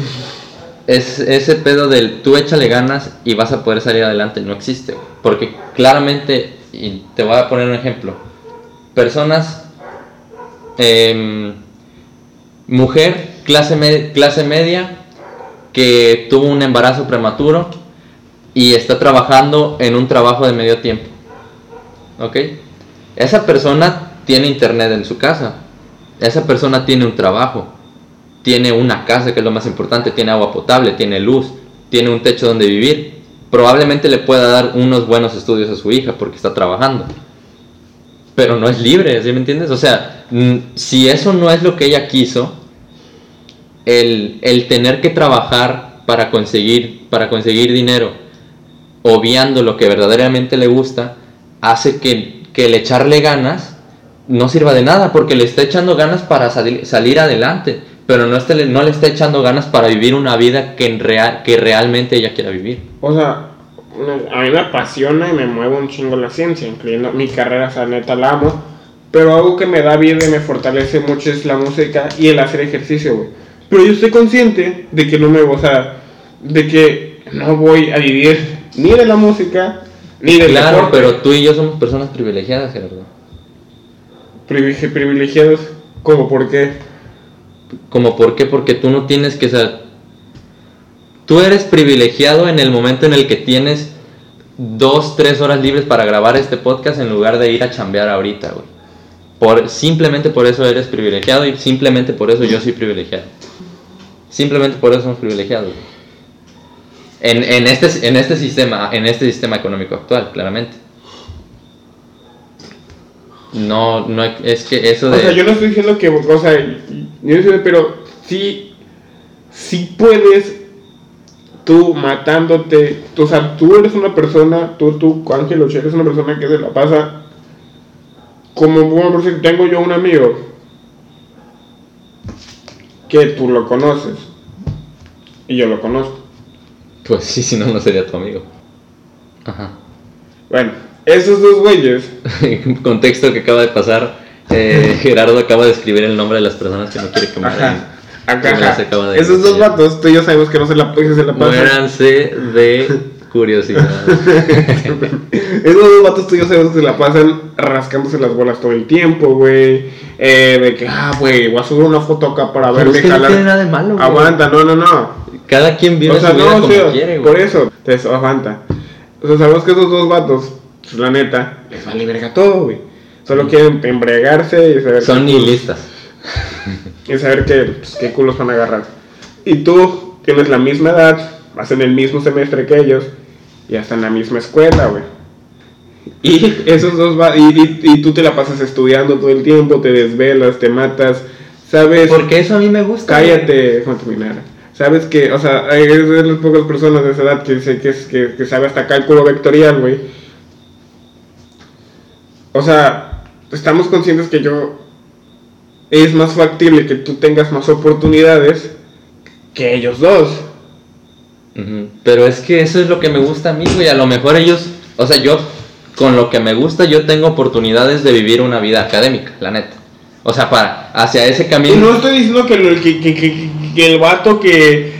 es ese pedo del tú échale ganas y vas a poder salir adelante, no existe, porque claramente, y te voy a poner un ejemplo, personas, eh, mujer, clase, med- clase media, que tuvo un embarazo prematuro y está trabajando en un trabajo de medio tiempo, ¿ok? Esa persona tiene internet en su casa, esa persona tiene un trabajo, tiene una casa, que es lo más importante, tiene agua potable, tiene luz, tiene un techo donde vivir, probablemente le pueda dar unos buenos estudios a su hija porque está trabajando, pero no es libre, ¿sí me entiendes? O sea, si eso no es lo que ella quiso, El, el tener que trabajar para conseguir, para conseguir dinero, obviando lo que verdaderamente le gusta, hace que, que el echarle ganas no sirva de nada, porque le está echando ganas para salir, salir adelante, pero no, esté, no le está echando ganas para vivir una vida que, en real, que realmente ella quiera vivir. O sea, a mí me apasiona y me mueve un chingo la ciencia, incluyendo mi carrera, o sea, neta la amo, pero algo que me da vida y me fortalece mucho es la música y el hacer ejercicio, güey. Pero yo estoy consciente de que no me, o sea, de que no voy a vivir ni de la música, ni del Claro, deporte. pero tú y yo somos personas privilegiadas, Gerardo. Privilegi- privilegiados, ¿cómo? ¿Por qué? ¿Cómo por qué? Porque tú no tienes que ser... Tú eres privilegiado en el momento en el que tienes dos, tres horas libres para grabar este podcast en lugar de ir a chambear ahorita, güey. Por, simplemente por eso eres privilegiado y simplemente por eso yo soy privilegiado. Simplemente por eso somos privilegiados, güey. En, en, este, en este sistema, en este sistema económico actual, claramente. No, no es que eso de... O sea, yo no estoy diciendo que, o sea, yo no sé, pero sí, sí puedes, tú matándote, tú, o sea, tú eres una persona, tú, tú, Ángel Oche, eres una persona que se la pasa, como, bueno, por si tengo yo un amigo, que tú lo conoces, y yo lo conozco. Pues sí, si no, no sería tu amigo. Ajá. Bueno, esos dos güeyes. Contexto que acaba de pasar. Eh, Gerardo acaba de escribir el nombre de las personas que no quiere que mueran. Acá, Y me las acaba de esos dos enseñar. vatos, tú y yo sabemos que no se la, que se la pasan. Muéranse de curiosidad. Esos dos vatos tú y yo sabemos que se la pasan rascándose las bolas todo el tiempo, güey. Eh, de que, ah, güey, voy a subir una foto acá para Pero verme es que no jalar. tiene nada de malo, güey. Aguanta, no, no, no. Cada quien vive O sea, su vida no, como o sea, quiere, güey. por eso, entonces, aguanta. O sea, sabemos que esos dos vatos, pues, la neta, les vale verga todo, güey. Solo quieren embriagarse y saber. Son qué- nihilistas. Y saber qué, pues, qué culos van a agarrar. Y tú tienes la misma edad, vas en el mismo semestre que ellos, y hasta en la misma escuela, güey. Y esos dos va y, y, y tú te la pasas estudiando todo el tiempo, te desvelas, te matas, ¿sabes? Porque eso a mí me gusta. Cállate, déjame terminar. Sabes que, o sea, hay de las pocas personas de esa edad que sé que, es, que, que sabe hasta cálculo vectorial, güey. O sea, estamos conscientes que yo es más factible que tú tengas más oportunidades que ellos dos. Ujú. Pero es que eso es lo que me gusta a mí, güey. A lo mejor ellos, o sea, yo con lo que me gusta, yo tengo oportunidades de vivir una vida académica, la neta. O sea, para hacia ese Y camino. no estoy diciendo que, lo- que, que, que, que el vato que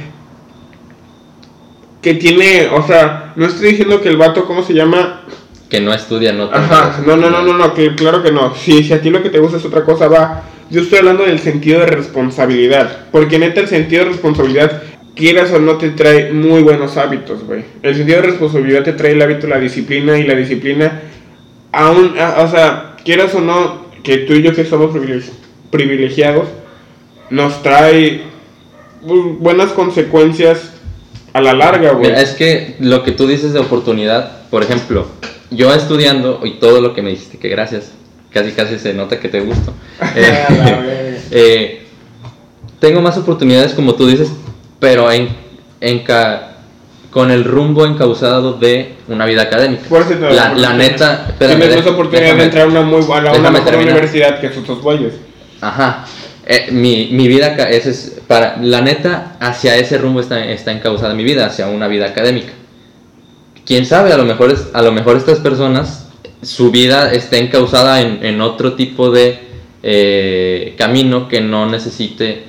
que tiene, o sea, no estoy diciendo que el vato, ¿cómo se llama? Que no estudia, no. Ajá, no, no, no, no, no, que claro que no. Si, si a ti lo que te gusta es otra cosa, va. Yo estoy hablando del sentido de responsabilidad. Porque neta, el sentido de responsabilidad, quieras o no, te trae muy buenos hábitos, güey. El sentido de responsabilidad te trae el hábito, la disciplina, y la disciplina, aún, a- o sea, quieras o no, que tú y yo que somos privilegi- privilegiados, nos trae bu- buenas consecuencias a la larga, güey. Mira, es que lo que tú dices de oportunidad, por ejemplo, yo estudiando y todo lo que me dijiste, que gracias, casi casi se nota que te gusto. Eh, A la verga. eh, tengo más oportunidades, como tú dices, pero en, en ca- con el rumbo encauzado de una vida académica. Por eso te doy La, la oportunidad. neta, espérame, Tienes más deja- oportunidad déjame- de entrar a una muy a la- una déjame mejor terminar. universidad que esos dos güeyes. Ajá. Eh, mi, mi vida, ca- ese es para la neta, hacia ese rumbo está, está encauzada mi vida, hacia una vida académica. Quién sabe, a lo mejor es, a lo mejor estas personas, su vida está encauzada en, en otro tipo de eh, camino que no necesite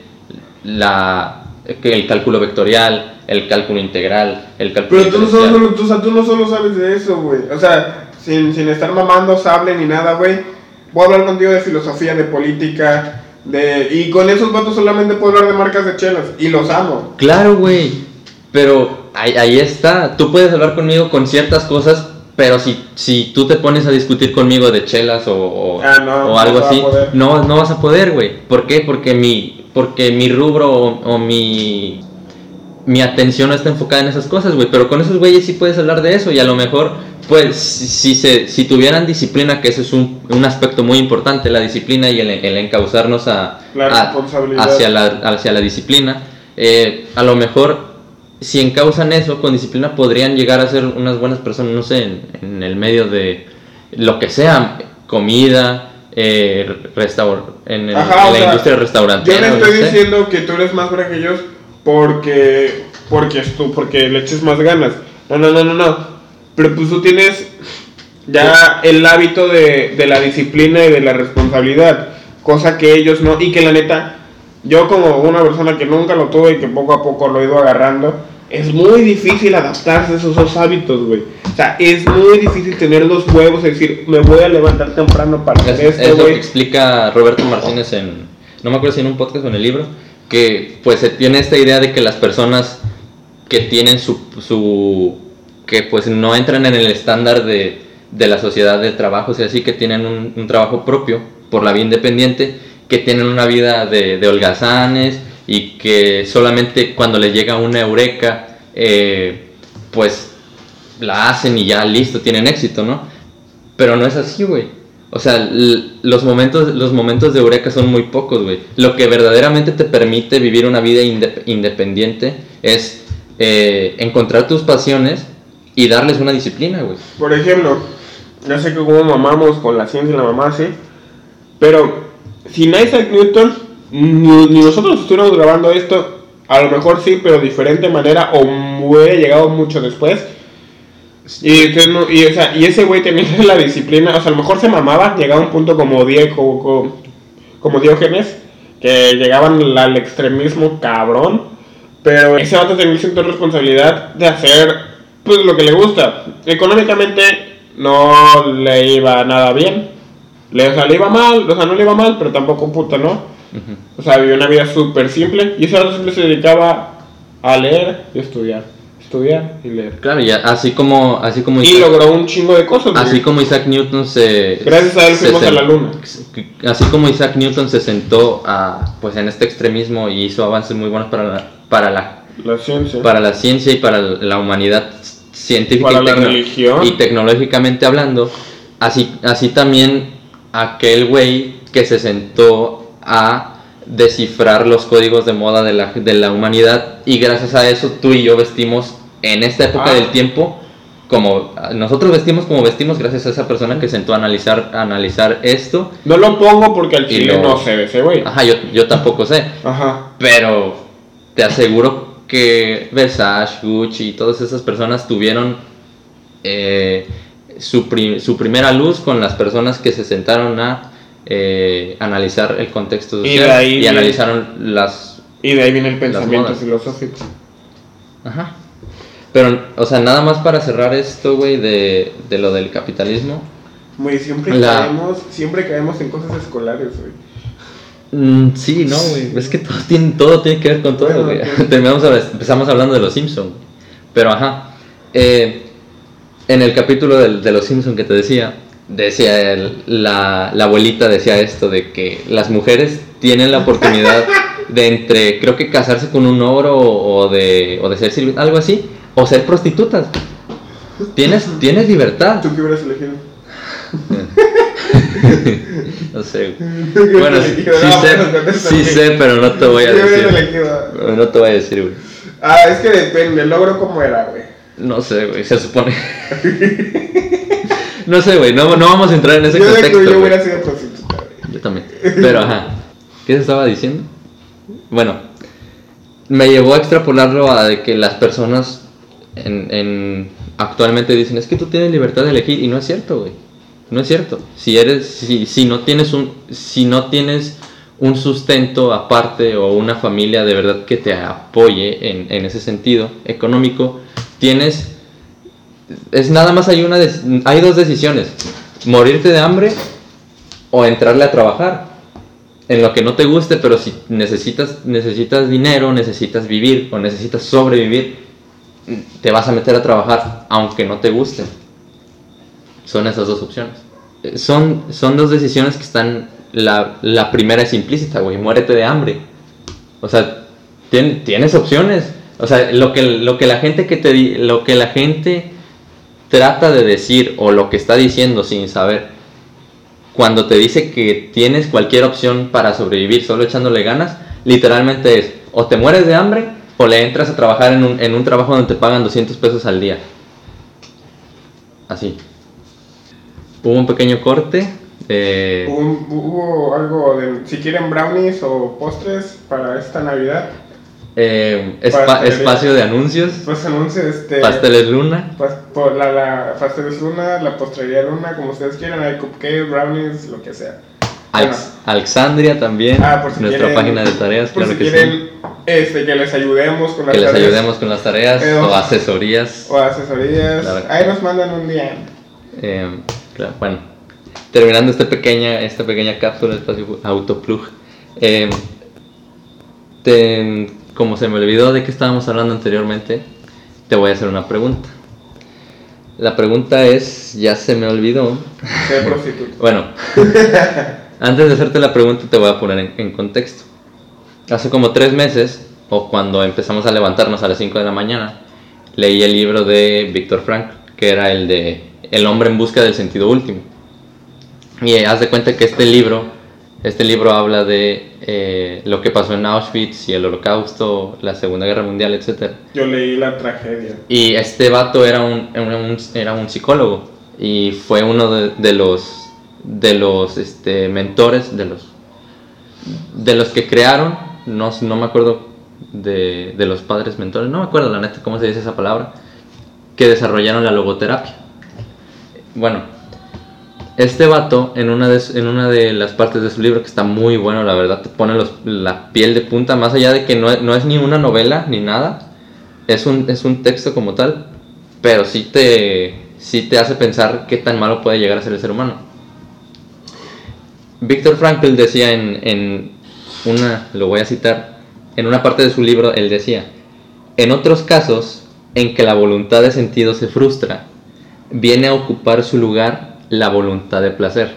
la, que el cálculo vectorial, el cálculo integral, el cálculo Pero tú no, diferencial. solo, tú, o sea, tú no solo sabes de eso, güey. O sea, sin, sin estar mamando, sable ni nada, güey. Voy a hablar contigo de filosofía, de política, de... Y con esos vatos solamente puedo hablar de marcas de chelas. Y los amo. Claro, güey. Pero ahí, ahí está. Tú puedes hablar conmigo con ciertas cosas, pero si, si tú te pones a discutir conmigo de chelas o, o, Ah, no, o algo no vas a así, poder. no, no vas a poder, güey. ¿Por qué? Porque mi, porque mi rubro o, o mi, mi atención no está enfocada en esas cosas, güey. Pero con esos güeyes sí puedes hablar de eso y a lo mejor, pues, si, si, se, si tuvieran disciplina, que ese es un, un aspecto muy importante, la disciplina y el, el encauzarnos a, La a- responsabilidad. hacia la, hacia la disciplina, eh, a lo mejor si encausan eso con disciplina podrían llegar a ser unas buenas personas, no sé, en, en el medio de lo que sea, comida, eh, restaur en, el- Ajá, en o la sea, industria Yo restaurantera. no no estoy sé. diciendo que tú eres más verga que ellos porque, porque, es tú, porque le eches más ganas. No, no, no, no, no. pero pues tú tienes ya el hábito de, de la disciplina y de la responsabilidad, cosa que ellos no, y que la neta, yo como una persona que nunca lo tuve y que poco a poco lo he ido agarrando, es muy difícil adaptarse a esos dos hábitos, güey. O sea, es muy difícil tener los huevos y decir, me voy a levantar temprano para hacer es, esto, es lo güey. que explica Roberto Martínez en, no me acuerdo si en un podcast o en el libro, que pues se tiene esta idea de que las personas que tienen su, su que pues no entran en el estándar de, de la sociedad de trabajo, o sea, así que tienen un, un trabajo propio por la vía independiente, que tienen una vida de, de holgazanes y que solamente cuando les llega una eureka, eh, pues la hacen y ya listo, tienen éxito, ¿no? Pero no es así, güey. O sea, l- los momentos, los momentos de eureka son muy pocos, güey. Lo que verdaderamente te permite vivir una vida inde- independiente es eh, encontrar tus pasiones y darles una disciplina, güey. Por ejemplo, ya sé que como mamamos con la ciencia y la mamá, sí, pero sin Isaac Newton, ni, ni nosotros estuviéramos grabando esto, a lo mejor sí, pero de diferente manera, o hubiera llegado mucho después. Y, y, o sea, y ese güey tenía la disciplina, o sea, a lo mejor se mamaba, llegaba a un punto como Diego, como, como Diógenes, que llegaban al extremismo cabrón, pero ese vato tenía cierta responsabilidad de hacer pues lo que le gusta. Económicamente no le iba nada bien, le, o sea, le iba mal, o sea, no le iba mal, pero tampoco puta, ¿no? Uh-huh. O sea, vivió una vida súper simple y ese vato siempre se dedicaba a leer y estudiar. Estudiar y leer. Claro, y así como, así como Isaac, y logró un chingo de cosas. Así güey. Como Isaac Newton se... Gracias a él fuimos a la luna. Así como Isaac Newton se sentó a, pues en este extremismo y hizo avances muy buenos para la, para la, la ciencia. Para la ciencia y para la humanidad científica para y, la tecno- religión. y tecnológicamente hablando, así, así también aquel güey que se sentó a descifrar los códigos de moda de la, de la humanidad, y gracias a eso tú y yo vestimos en esta época ah. del tiempo como nosotros vestimos como vestimos gracias a esa persona que sentó a analizar, a analizar esto. No lo pongo porque al chile lo, no sé de ese güey. Ajá, yo, yo tampoco sé. Ajá. Pero te aseguro que Versace, Gucci y todas esas personas tuvieron eh, su, pri- su primera luz con las personas que se sentaron a eh, analizar el contexto social y, de ahí y viene, analizaron las... Y de ahí viene el pensamiento filosófico. Ajá. Pero, o sea, nada más para cerrar esto, güey, de, de lo del capitalismo. Güey, siempre, la... caemos, siempre caemos en cosas escolares, güey. Mm, sí, no, güey. Es que todo tiene, todo tiene que ver con todo, güey. Bueno, Terminamos a, empezamos hablando de los Simpsons. Pero, ajá. Eh, en el capítulo de, de los Simpsons que te decía, decía el, la, la abuelita decía esto de que las mujeres tienen la oportunidad de entre, creo que casarse con un ogro o, o de, o de ser sirviente, algo así. O ser prostitutas. Tienes, tienes libertad. ¿Tú qué hubieras elegido? No sé. Bueno, sí, sí, sé, sí sé, pero no te voy a decir. No te voy a decir, güey. Ah, es que depende. ¿El logro cómo era, güey? No sé, güey. Se supone. No sé, güey. No, no vamos a entrar en ese yo contexto. Yo hubiera sido prostituta, güey. Yo también. Pero, ajá. ¿Qué se estaba diciendo? Bueno, me llevó a extrapolarlo a de que las personas En, en, actualmente dicen es que tú tienes libertad de elegir, y no es cierto, güey. No es cierto. Si eres, si, si no tienes un, si no tienes un sustento aparte o una familia de verdad que te apoye en, en ese sentido económico, tienes, es nada más hay una, hay dos decisiones: morirte de hambre o entrarle a trabajar en lo que no te guste, pero si necesitas, necesitas dinero, necesitas vivir o necesitas sobrevivir, te vas a meter a trabajar aunque no te guste. Son esas dos opciones. Son, son dos decisiones que están... La, la primera es implícita, güey. Muérete de hambre. O sea, tien, tienes opciones. O sea, lo que, lo que la gente que te lo que la gente trata de decir, o lo que está diciendo sin saber, cuando te dice que tienes cualquier opción para sobrevivir solo echándole ganas, literalmente es: o te mueres de hambre o le entras a trabajar en un, en un trabajo donde te pagan doscientos pesos al día. Así. Hubo un pequeño corte. Eh... ¿Hubo, hubo algo de... si quieren brownies o postres para esta Navidad? Eh, espa- espacio de anuncios. Pues anuncios, este. Pasteles Luna. Pas, por la, la Pasteles Luna, la postrería Luna, como ustedes quieran, hay cupcakes, brownies, lo que sea. Alex, bueno. Alexandria también. Ah, por si nuestra quieren, página de tareas, por claro si que quieren, sí. Este, que les ayudemos con las que tareas. Que les ayudemos con las tareas eh, o asesorías. O asesorías. Claro Ahí nos mandan un día. Eh, claro, bueno, terminando esta pequeña, esta pequeña cápsula espacio autoplug. Eh, te, como se me olvidó de qué estábamos hablando anteriormente, te voy a hacer una pregunta. La pregunta es, ya se me olvidó. Ser prostituta. Bueno, antes de hacerte la pregunta te voy a poner en, en contexto. Hace como tres meses, o cuando empezamos a levantarnos a las cinco de la mañana, leí el libro de Viktor Frankl, que era el de El hombre en busca del sentido último. Y eh, haz de cuenta que este libro, este libro habla de eh, lo que pasó en Auschwitz y el Holocausto, la Segunda Guerra Mundial, etcétera. Yo leí la tragedia. Y este vato era un, era un, era un psicólogo y fue uno de, de los, de los este, mentores, de los, de los que crearon, no, no me acuerdo de, de los padres mentores, no me acuerdo la neta cómo se dice esa palabra, que desarrollaron la logoterapia. Bueno, este vato en una, de, en una de las partes de su libro, que está muy bueno, la verdad, te pone los, la piel de punta, más allá de que no, no es ni una novela ni nada, es un, es un texto como tal, pero sí te, sí te hace pensar qué tan malo puede llegar a ser el ser humano. Viktor Frankl decía en, en una, lo voy a citar, en una parte de su libro, él decía: en otros casos en que la voluntad de sentido se frustra, viene a ocupar su lugar la voluntad de placer.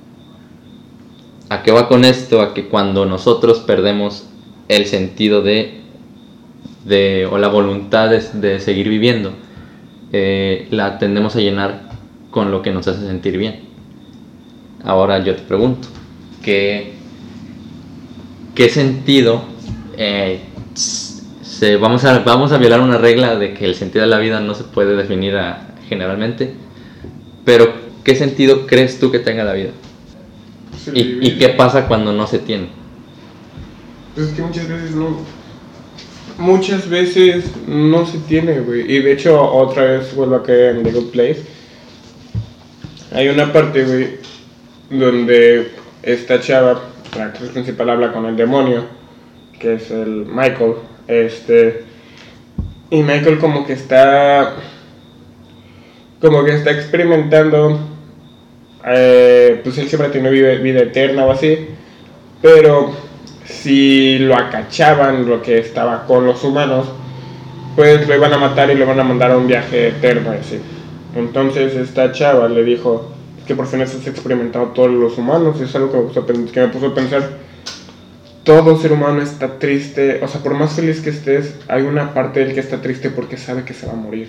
¿A qué va con esto? A que cuando nosotros perdemos el sentido de, de o la voluntad de, de seguir viviendo, eh, la tendemos a llenar con lo que nos hace sentir bien. Ahora yo te pregunto, ¿qué, qué sentido eh, se, vamos, a, vamos a violar una regla de que el sentido de la vida no se puede definir a, generalmente, pero ¿qué sentido crees tú que tenga la vida? Sí, ¿Y, ¿Y qué pasa cuando no se tiene? Pues es que muchas veces no. Muchas veces no se tiene, güey. Y de hecho, otra vez vuelvo a caer en The Good Place. Hay una parte, güey, donde esta chava, la actriz principal, habla con el demonio, que es el Michael. Este. Y Michael, como que está. Como que está experimentando. Eh, pues él siempre tiene vida, vida eterna o así, pero si lo acachaban, lo que estaba con los humanos, pues lo iban a matar y lo iban a mandar a un viaje eterno así. Entonces esta chava le dijo que por fin eso se ha experimentado todos los humanos, y es algo que me, puso, que me puso a pensar. Todo ser humano está triste, o sea, por más feliz que estés, hay una parte de él que está triste porque sabe que se va a morir.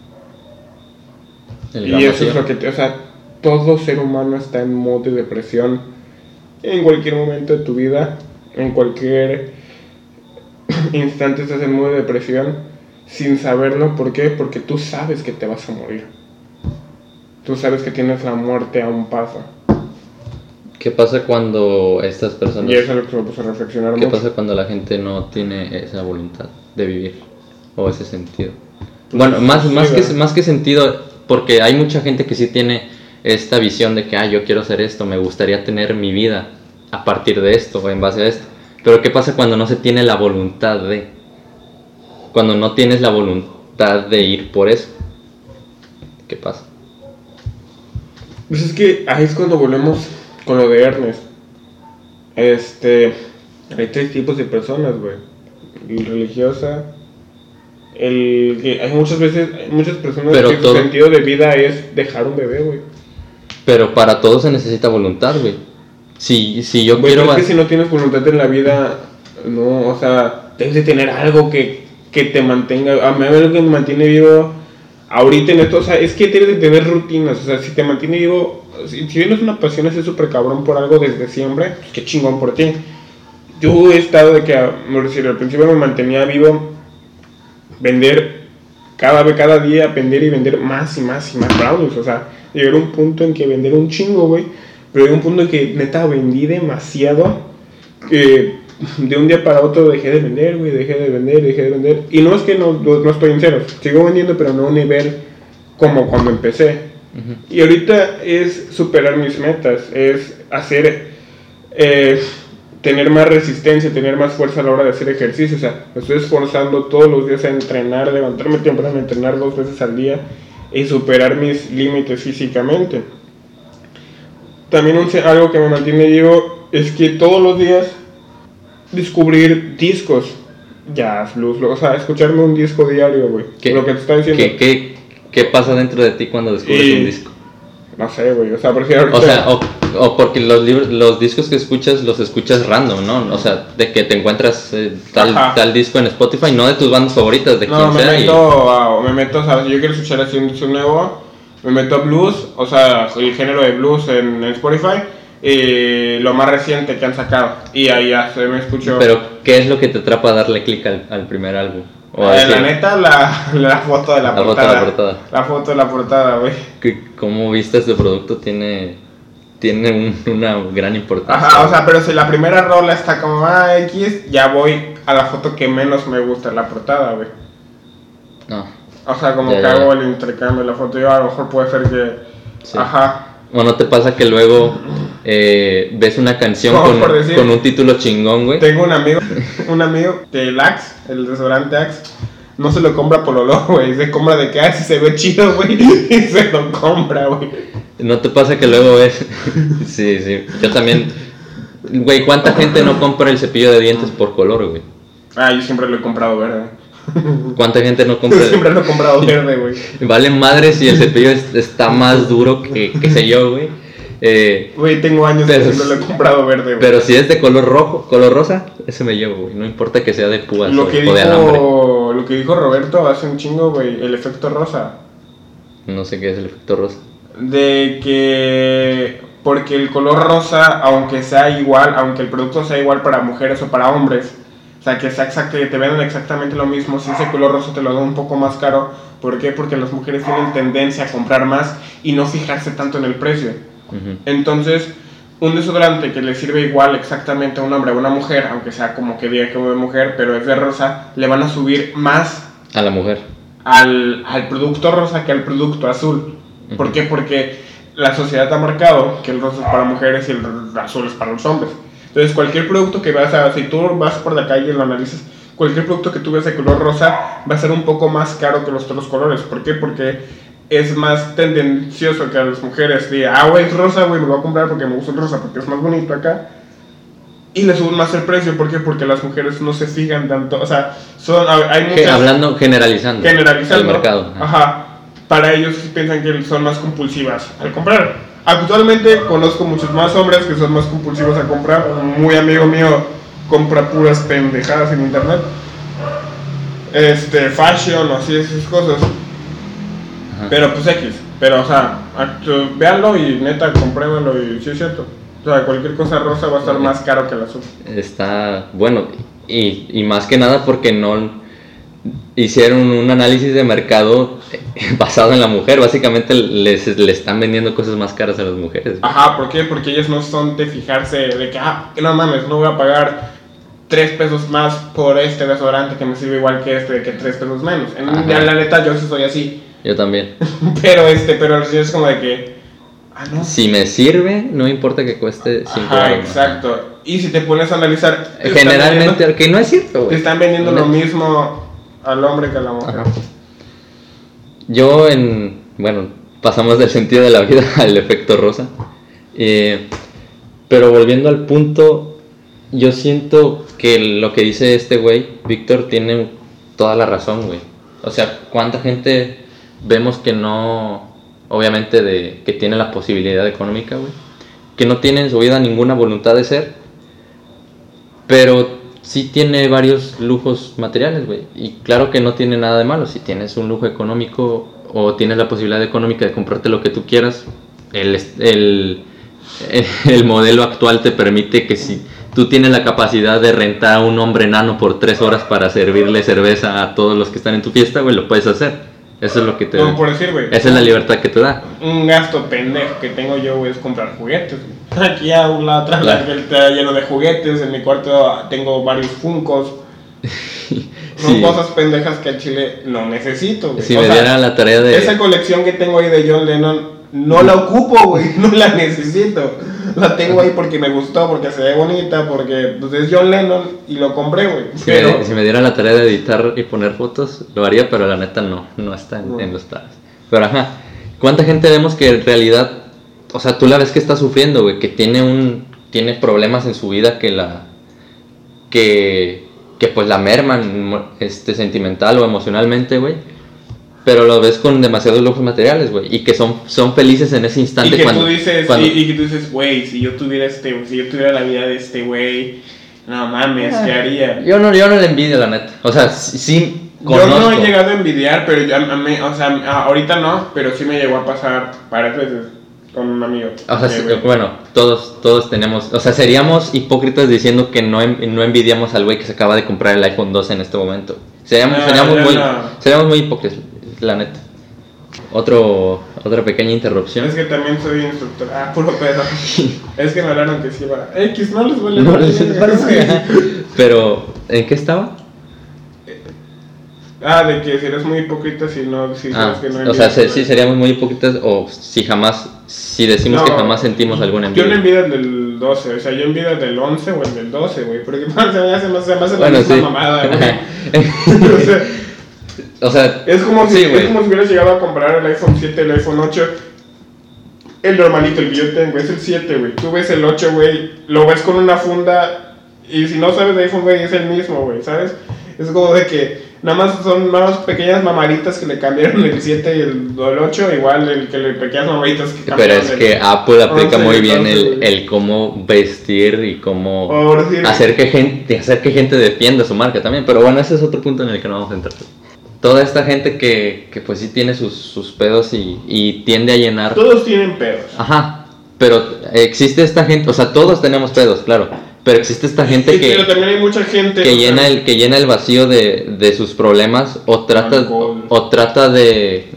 El y eso es lo que te, o sea, todo ser humano está en modo de depresión en cualquier momento de tu vida, en cualquier instante estás en modo de depresión sin saberlo. ¿Por qué? Porque tú sabes que te vas a morir. Tú sabes que tienes la muerte a un paso. ¿Qué pasa cuando estas personas... Y eso es lo que me puso a reflexionar ¿Qué mucho. pasa cuando la gente no tiene esa voluntad de vivir? O ese sentido. Pues bueno, más, más, que, más que sentido, porque hay mucha gente que sí tiene esta visión de que ah, yo quiero hacer esto, me gustaría tener mi vida a partir de esto o en base a esto. Pero ¿qué pasa cuando no se tiene la voluntad de? Cuando no tienes la voluntad de ir por eso. ¿Qué pasa? Pues es que ahí es cuando volvemos con lo de Ernest. Este, hay tres tipos de personas, güey. El religiosa, el que hay muchas veces, hay muchas personas pero que todo... su sentido de vida es dejar un bebé, güey. Pero para todo se necesita voluntad, güey. Si, si yo güey, quiero... Pero es que si no tienes voluntad en la vida, no, o sea, debes de tener algo que, que te mantenga. A mí algo que me mantiene vivo ahorita en esto, o sea, es que tienes de tener rutinas. O sea, si te mantiene vivo, si, si tienes una pasión así súper cabrón por algo desde siempre, pues qué chingón por ti. Yo he estado de que, me decir, al principio me mantenía vivo vender cada vez, cada día, vender y vender más y más y más brownies, o sea, llegar a un punto en que vender un chingo, güey, pero llegué a un punto en que neta vendí demasiado, que de un día para otro dejé de vender, güey, dejé de vender, dejé de vender. Y no es que no, no, no estoy en ceros, sigo vendiendo, pero no a un nivel como cuando empecé. Uh-huh. Y ahorita es superar mis metas, es hacer, eh, tener más resistencia, tener más fuerza a la hora de hacer ejercicio. O sea, me estoy esforzando todos los días a entrenar, levantarme temprano, entrenar dos veces al día y superar mis límites físicamente. También un, algo que me mantiene vivo es que todos los días descubrir discos, jazz, blues, o sea, escucharme un disco diario, güey. Lo que te está diciendo. ¿Qué, qué, qué pasa dentro de ti cuando descubres y, un disco? No sé, güey, o sea, porque ahorita... O sea, o, o porque los libros, los discos que escuchas, los escuchas random, ¿no? O sea, de que te encuentras eh, tal, tal disco en Spotify, no de tus bandas favoritas, de no, quien me sea. Meto, y... a, me meto, o sea, si yo quiero escuchar así un disco nuevo, me meto a blues, o sea, el género de blues en, en Spotify, y lo más reciente que han sacado, y ahí ya se me escucho. Pero, ¿qué es lo que te atrapa a darle clic al, al primer álbum? O eh, la neta, la, la foto de la, la portada. Foto de la portada. La foto de la portada, güey. ¿Cómo viste este producto? Tiene, tiene un, una gran importancia. Ajá, o sea, pero si la primera rola está como ah, X, ya voy a la foto que menos me gusta, la portada, güey. No. O sea, como ya, que ya. hago el intercambio de la foto. Yo a lo mejor puede ser que... Sí. Ajá. ¿O no te pasa que luego eh, ves una canción con, decir, con un título chingón, güey? Tengo un amigo, un amigo que el Axe, el desodorante Axe, no se lo compra por olor, güey. Se compra de que ah, si se ve chido, güey, y se lo compra, güey. ¿No te pasa que luego ves? Sí, sí. Yo también... Güey, ¿cuánta gente no compra el cepillo de dientes por color, güey? Ah, yo siempre lo he comprado verde. ¿Cuánta gente no compra? Yo siempre lo he comprado verde, güey. Vale madre si el cepillo es, está más duro que, que sé yo, güey. Eh, güey, tengo años pero, que siempre lo he comprado verde, güey. Pero si es de color rojo, color rosa, ese me llevo, güey. No importa que sea de púas lo o, que o dijo, de alambre. Lo que dijo Roberto hace un chingo, güey, el efecto rosa. No sé qué es el efecto rosa. De que... Porque el color rosa, aunque sea igual, aunque el producto sea igual para mujeres o para hombres, o sea, que, sea exact, que te vendan exactamente lo mismo, si ese color rosa te lo da un poco más caro. ¿Por qué? Porque las mujeres tienen tendencia a comprar más y no fijarse tanto en el precio. Uh-huh. Entonces, un desodorante que le sirve igual exactamente a un hombre o a una mujer, aunque sea como que diga que es de mujer, pero es de rosa, le van a subir más a la mujer al, al producto rosa que al producto azul. Uh-huh. ¿Por qué? Porque la sociedad ha marcado que el rosa es para mujeres y el azul es para los hombres. Entonces, cualquier producto que vas a, si tú vas por la calle y lo analizas, cualquier producto que tú veas de color rosa va a ser un poco más caro que los otros colores. ¿Por qué? Porque es más tendencioso que a las mujeres digan, ah, güey, es rosa, güey, me lo voy a comprar porque me gusta el rosa, porque es más bonito acá. Y le suben más el precio. ¿Por qué? Porque las mujeres no se fijan tanto. O sea, son, hay muchas... Hablando, generalizando. Generalizando. El mercado. Ajá. Ajá. Para ellos piensan que son más compulsivas al comprar. Actualmente conozco muchos más hombres que son más compulsivos a comprar. Un muy amigo mío compra puras pendejadas en internet. Este, fashion o así, esas cosas. Ajá. Pero pues X. Pero, o sea, véanlo y neta, compruébenlo y sí es cierto. O sea, cualquier cosa rosa va a estar más caro que el azul. Está, bueno, y, y más que nada porque no... Hicieron un análisis de mercado basado en la mujer. Básicamente les, le están vendiendo cosas más caras a las mujeres. Ajá, ¿por qué? Porque ellas no son de fijarse de que, ah, no mames, no voy a pagar tres pesos más por este desodorante que me sirve igual que este, que tres pesos menos. En la, la neta, yo sí soy así. Yo también. pero este, pero es como de que, ah, no. Si me sirve, no importa que cueste cinco Ajá, euros. exacto. Ajá. Y si te pones a analizar... Generalmente, que no es cierto, güey. Te están vendiendo no, lo mismo... al hombre que a la mujer. Ajá. Yo en... Bueno, pasamos del sentido de la vida al efecto rosa. Eh, pero volviendo al punto, yo siento que lo que dice este güey, Víctor, tiene toda la razón, güey. O sea, ¿cuánta gente vemos que no... Obviamente de que tiene la posibilidad económica, güey? Que no tiene en su vida ninguna voluntad de ser, pero... sí tiene varios lujos materiales, güey. Y claro que no tiene nada de malo. Si tienes un lujo económico o tienes la posibilidad económica de comprarte lo que tú quieras, el, el, el modelo actual te permite que si tú tienes la capacidad de rentar a un hombre enano por tres horas para servirle cerveza a todos los que están en tu fiesta, güey, lo puedes hacer. Eso es lo que te No, por decir, güey. Esa es la libertad que te da. Un gasto pendejo que tengo yo, güey, es comprar juguetes, güey. Aquí a un lado atrás Claro. está lleno de juguetes. En mi cuarto tengo varios Funkos. Son Sí. cosas pendejas que al chile no necesito, güey. Si O me sea, diera la tarea de... esa colección que tengo ahí de John Lennon, no la ocupo, güey. No la necesito. La tengo ahí porque me gustó, porque se ve bonita, porque pues, es John Lennon y lo compré, güey. Si, Pero... me, si me diera la tarea de editar y poner fotos, lo haría, pero la neta no, no está en, No. en los planes. Pero ajá, ¿cuánta gente vemos que en realidad, o sea, tú la ves que está sufriendo, güey, que tiene un, tiene problemas en su vida que la, que, que pues la merman, este, sentimental o emocionalmente, güey, pero lo ves con demasiados lujos materiales, güey, y que son, son felices en ese instante Y que cuando, tú dices, cuando- y, y que tú dices, güey, si yo tuviera este, si yo tuviera la vida de este güey, no mames, ¿qué haría? yo no, yo no le envidio, la neta, o sea, sí, sí Yo no conozco. he llegado a envidiar, pero yo, a mí, o sea, a- ahorita no, pero sí me llegó a pasar varias veces con un amigo. O sea, Que, sí, güey, bueno, todos, todos tenemos, o sea, seríamos hipócritas diciendo que no, en- no envidiamos al güey que se acaba de comprar el iPhone doce en este momento. Seríamos, No, seríamos, yo muy, no. seríamos muy hipócritas, la neta. Otro, otra pequeña interrupción. Es que también soy instructor. Ah, puro pedo. Es que me hablaron que sí iba. X, no les vale. No, madre, les vale. Pero, ¿en qué estaba? Ah, de que si eres muy hipócrita si no, si Ah, sabes que no o sea, envidias, se- güey. sí seríamos muy hipócritas o si jamás, si decimos No, que jamás sentimos alguna Yo no envidia. envidio el del doce, o sea, yo envidio el del once o el del doce, güey. Porque se me hace, se me hace Bueno, la misma sí. mamada, güey. O sea, O sea, es como, sí, si, es güey. como si hubieras llegado a comprar el iPhone siete, el iPhone ocho. El normalito, el que yo tengo, es el siete, güey. Tú ves el ocho, güey, lo ves con una funda. Y si no sabes de iPhone, güey, es el mismo, güey, ¿sabes? Es como de que nada más son nada más pequeñas mamaditas que le cambiaron el siete y el, el ocho. Igual el que le pequeñas mamaditas que Pero cambiaron es el- que Apple aplica once, muy bien entonces, el, güey. el cómo vestir y cómo Ahora sí, hacer que gente hacer que gente defienda su marca también. Pero bueno, ese es otro punto en el que no vamos a entrar. Toda esta gente que, que pues sí tiene sus, sus pedos y, y tiende a llenar. Todos tienen pedos. Ajá, pero existe esta gente, o sea, todos tenemos pedos, claro. Pero existe esta gente Sí, que, pero también hay mucha gente que o sea, llena el que llena el vacío de, de sus problemas o trata Alcohol. o trata de,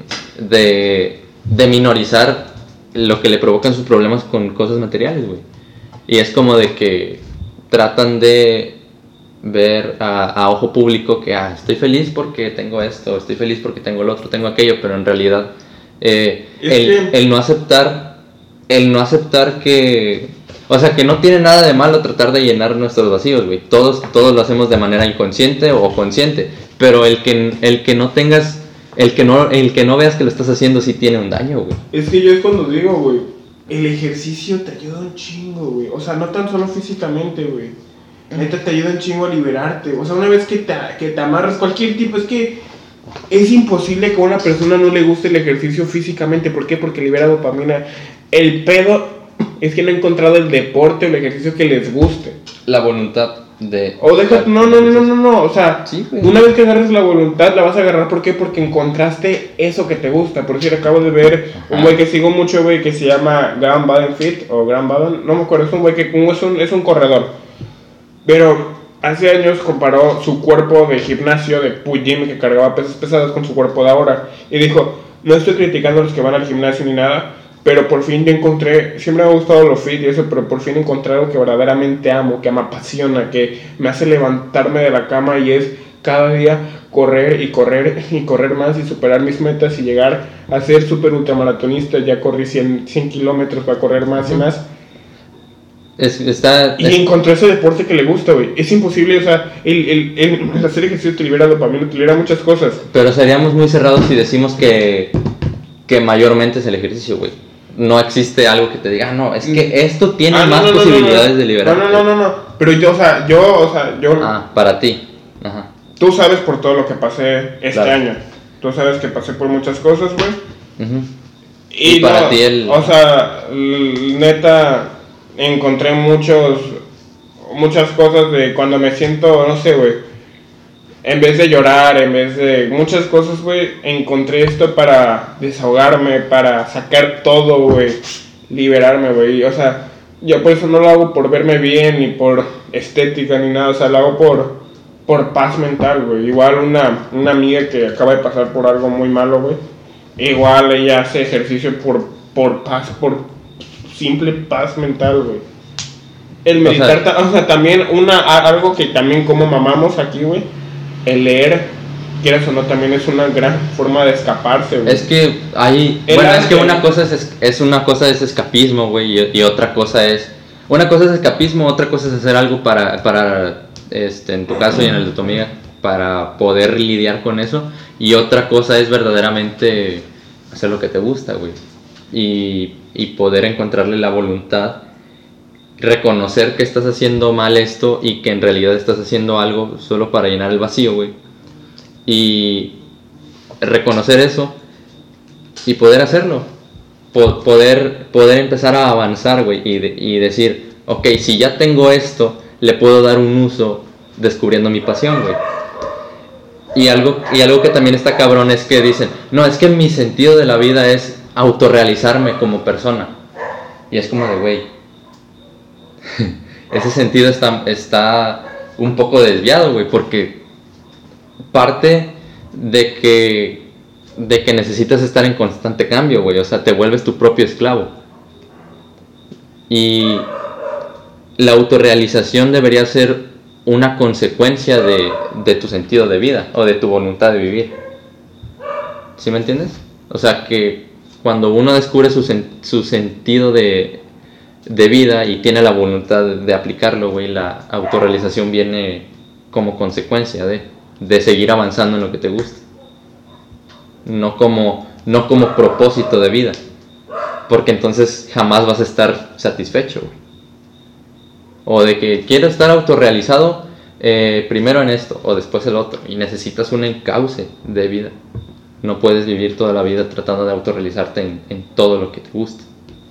de de minorizar lo que le provocan sus problemas con cosas materiales, güey. Y es como de que tratan de ver a, a ojo público que ah, estoy feliz porque tengo esto, estoy feliz porque tengo lo otro, tengo aquello, pero en realidad eh, Es el, que- el no aceptar el no aceptar que o sea que no tiene nada de malo tratar de llenar nuestros vacíos, güey. Todos todos lo hacemos de manera inconsciente o consciente, pero el que el que no tengas el que no el que no veas que lo estás haciendo sí tiene un daño, güey. Es que yo es cuando digo, güey, el ejercicio te ayuda un chingo, güey. O sea, no tan solo físicamente, güey. Neta te ayuda un chingo a liberarte. O sea, una vez que te, que te amarras cualquier tipo, es que es imposible que a una persona no le guste el ejercicio físicamente. ¿Por qué? Porque libera dopamina. El pedo es que no he encontrado el deporte o el ejercicio que les guste. La voluntad de O deja, no, no, no, no, no, no, o sea, Sí, güey. una vez que agarres la voluntad, la vas a agarrar, ¿por qué? Porque encontraste eso que te gusta. Por decir, acabo de ver un Ajá. güey que sigo mucho, güey, que se llama Graham Baden Fit, o Graham Baden, no me acuerdo, es un güey que es un, es un corredor. Pero hace años comparó su cuerpo de gimnasio, de gym, que cargaba pesas pesadas, con su cuerpo de ahora. Y dijo, no estoy criticando a los que van al gimnasio ni nada, pero por fin yo encontré, siempre me ha gustado lo fit y eso, pero por fin encontré algo que verdaderamente amo, que me apasiona, que me hace levantarme de la cama y es cada día correr y correr y correr más y superar mis metas y llegar a ser súper ultramaratonista. Ya corrí cien, cien kilómetros para correr más y más. Es, está, Y es- encontró ese deporte que le gusta, güey. Es imposible, o sea, el, el, el, el hacer ejercicio te libera dopamina, te libera muchas cosas. pero seríamos muy cerrados si decimos que, que mayormente es el ejercicio, güey. No existe algo que te diga, ah, no, es que esto tiene Ah, no, más no, no, posibilidades no, no. de liberar. No, no, no, no, no. Pero yo, o sea, yo, o sea, yo... Ah, para ti. Ajá. Tú sabes por todo lo que pasé este Claro. año. Tú sabes que pasé por muchas cosas, güey. Ujú. Y, Y para no, ti el- O sea, l- neta, encontré muchos... Muchas cosas de cuando me siento, no sé, güey. En vez de llorar, en vez de muchas cosas, güey, encontré esto para desahogarme, para sacar todo, güey. Liberarme, güey. O sea, yo por eso no lo hago por verme bien, ni por estética, ni nada. O sea, lo hago por... por paz mental, güey. Igual una, una amiga que acaba de pasar por algo muy malo, güey. Igual ella hace ejercicio por, por paz, por simple paz mental, güey. El meditar, o sea, o sea, también una, algo que también como mamamos aquí, güey. El leer, quieras o no, también es una gran forma de escaparse, güey. Es que hay, el bueno, arte, es que una cosa es, es una cosa es escapismo, güey, y, y otra cosa es, una cosa es escapismo, otra cosa es hacer algo para, para, este, en tu caso y en el de tu amiga, para poder lidiar con eso, y otra cosa es verdaderamente hacer lo que te gusta, güey, y, y poder encontrarle la voluntad, reconocer que estás haciendo mal esto y que en realidad estás haciendo algo solo para llenar el vacío, güey, y reconocer eso y poder hacerlo, po- poder, poder empezar a avanzar, güey, y, de, y decir, ok, si ya tengo esto, le puedo dar un uso descubriendo mi pasión, güey. Y algo, y algo que también está cabrón es que dicen, no, es que mi sentido de la vida es autorrealizarme como persona. Y es como de, güey, ese sentido está, está un poco desviado, güey, porque parte de que, de que necesitas estar en constante cambio, güey, o sea, te vuelves tu propio esclavo. Y la autorrealización debería ser una consecuencia de, de tu sentido de vida o de tu voluntad de vivir. ¿Sí me entiendes? O sea, que cuando uno descubre su, sen, su sentido de, de vida y tiene la voluntad de, de aplicarlo, güey, la autorrealización viene como consecuencia de, de seguir avanzando en lo que te gusta. No como, no como propósito de vida. Porque entonces jamás vas a estar satisfecho, güey. O de que quieres estar autorrealizado eh, primero en esto o después el otro. Y necesitas un encauce de vida. No puedes vivir toda la vida tratando de autorrealizarte en, en todo lo que te gusta.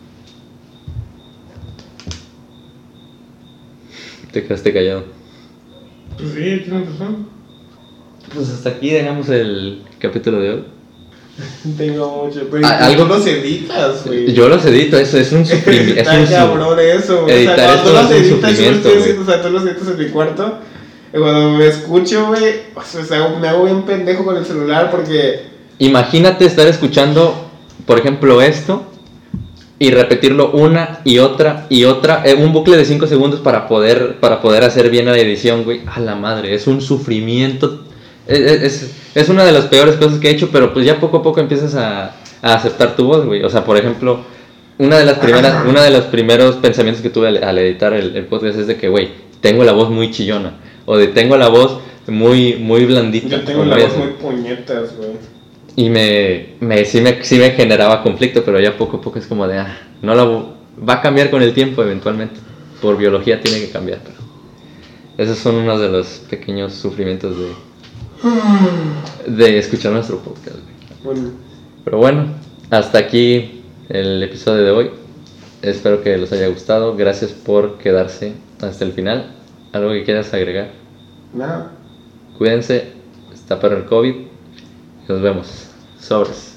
Te quedaste callado. Pues sí, tienes razón. Pues hasta aquí dejamos el capítulo de hoy. Tengo mucho, pero Ah, algo tú los editas, güey. Yo los edito, eso es un sufrimiento. Está es un cabrón eso, güey. Editar O sea, esto cuando tú es los un editas, yo lo sufrimiento, estoy güey. haciendo, o sea, tú los editas en mi cuarto. Y cuando me escucho, güey, o sea, me hago bien pendejo con el celular porque... Imagínate estar escuchando, por ejemplo, esto y repetirlo una y otra y otra, eh, un bucle de cinco segundos para poder, para poder hacer bien la edición, güey. A la madre, es un sufrimiento. Es, es, es una de las peores cosas que he hecho, pero pues ya poco a poco empiezas a, a aceptar tu voz, güey. O sea, por ejemplo, una de las primeras, una de los primeros pensamientos que tuve al, al editar el, el podcast es de que, güey, tengo la voz muy chillona. O de tengo la voz muy, muy blandita. Yo tengo la voz muy puñetas, güey. Y me, me, sí, me, sí me generaba conflicto, pero ya poco a poco es como de, ah, no la, va a cambiar con el tiempo eventualmente. Por biología tiene que cambiar, pero esos son unos de los pequeños sufrimientos de, de escuchar nuestro podcast, güey. Bueno. Pero bueno, hasta aquí el episodio de hoy. Espero que les haya gustado. Gracias por quedarse hasta el final. ¿Algo que quieras agregar? Nada. Cuídense, está para el COVID. Nos vemos. Sobres.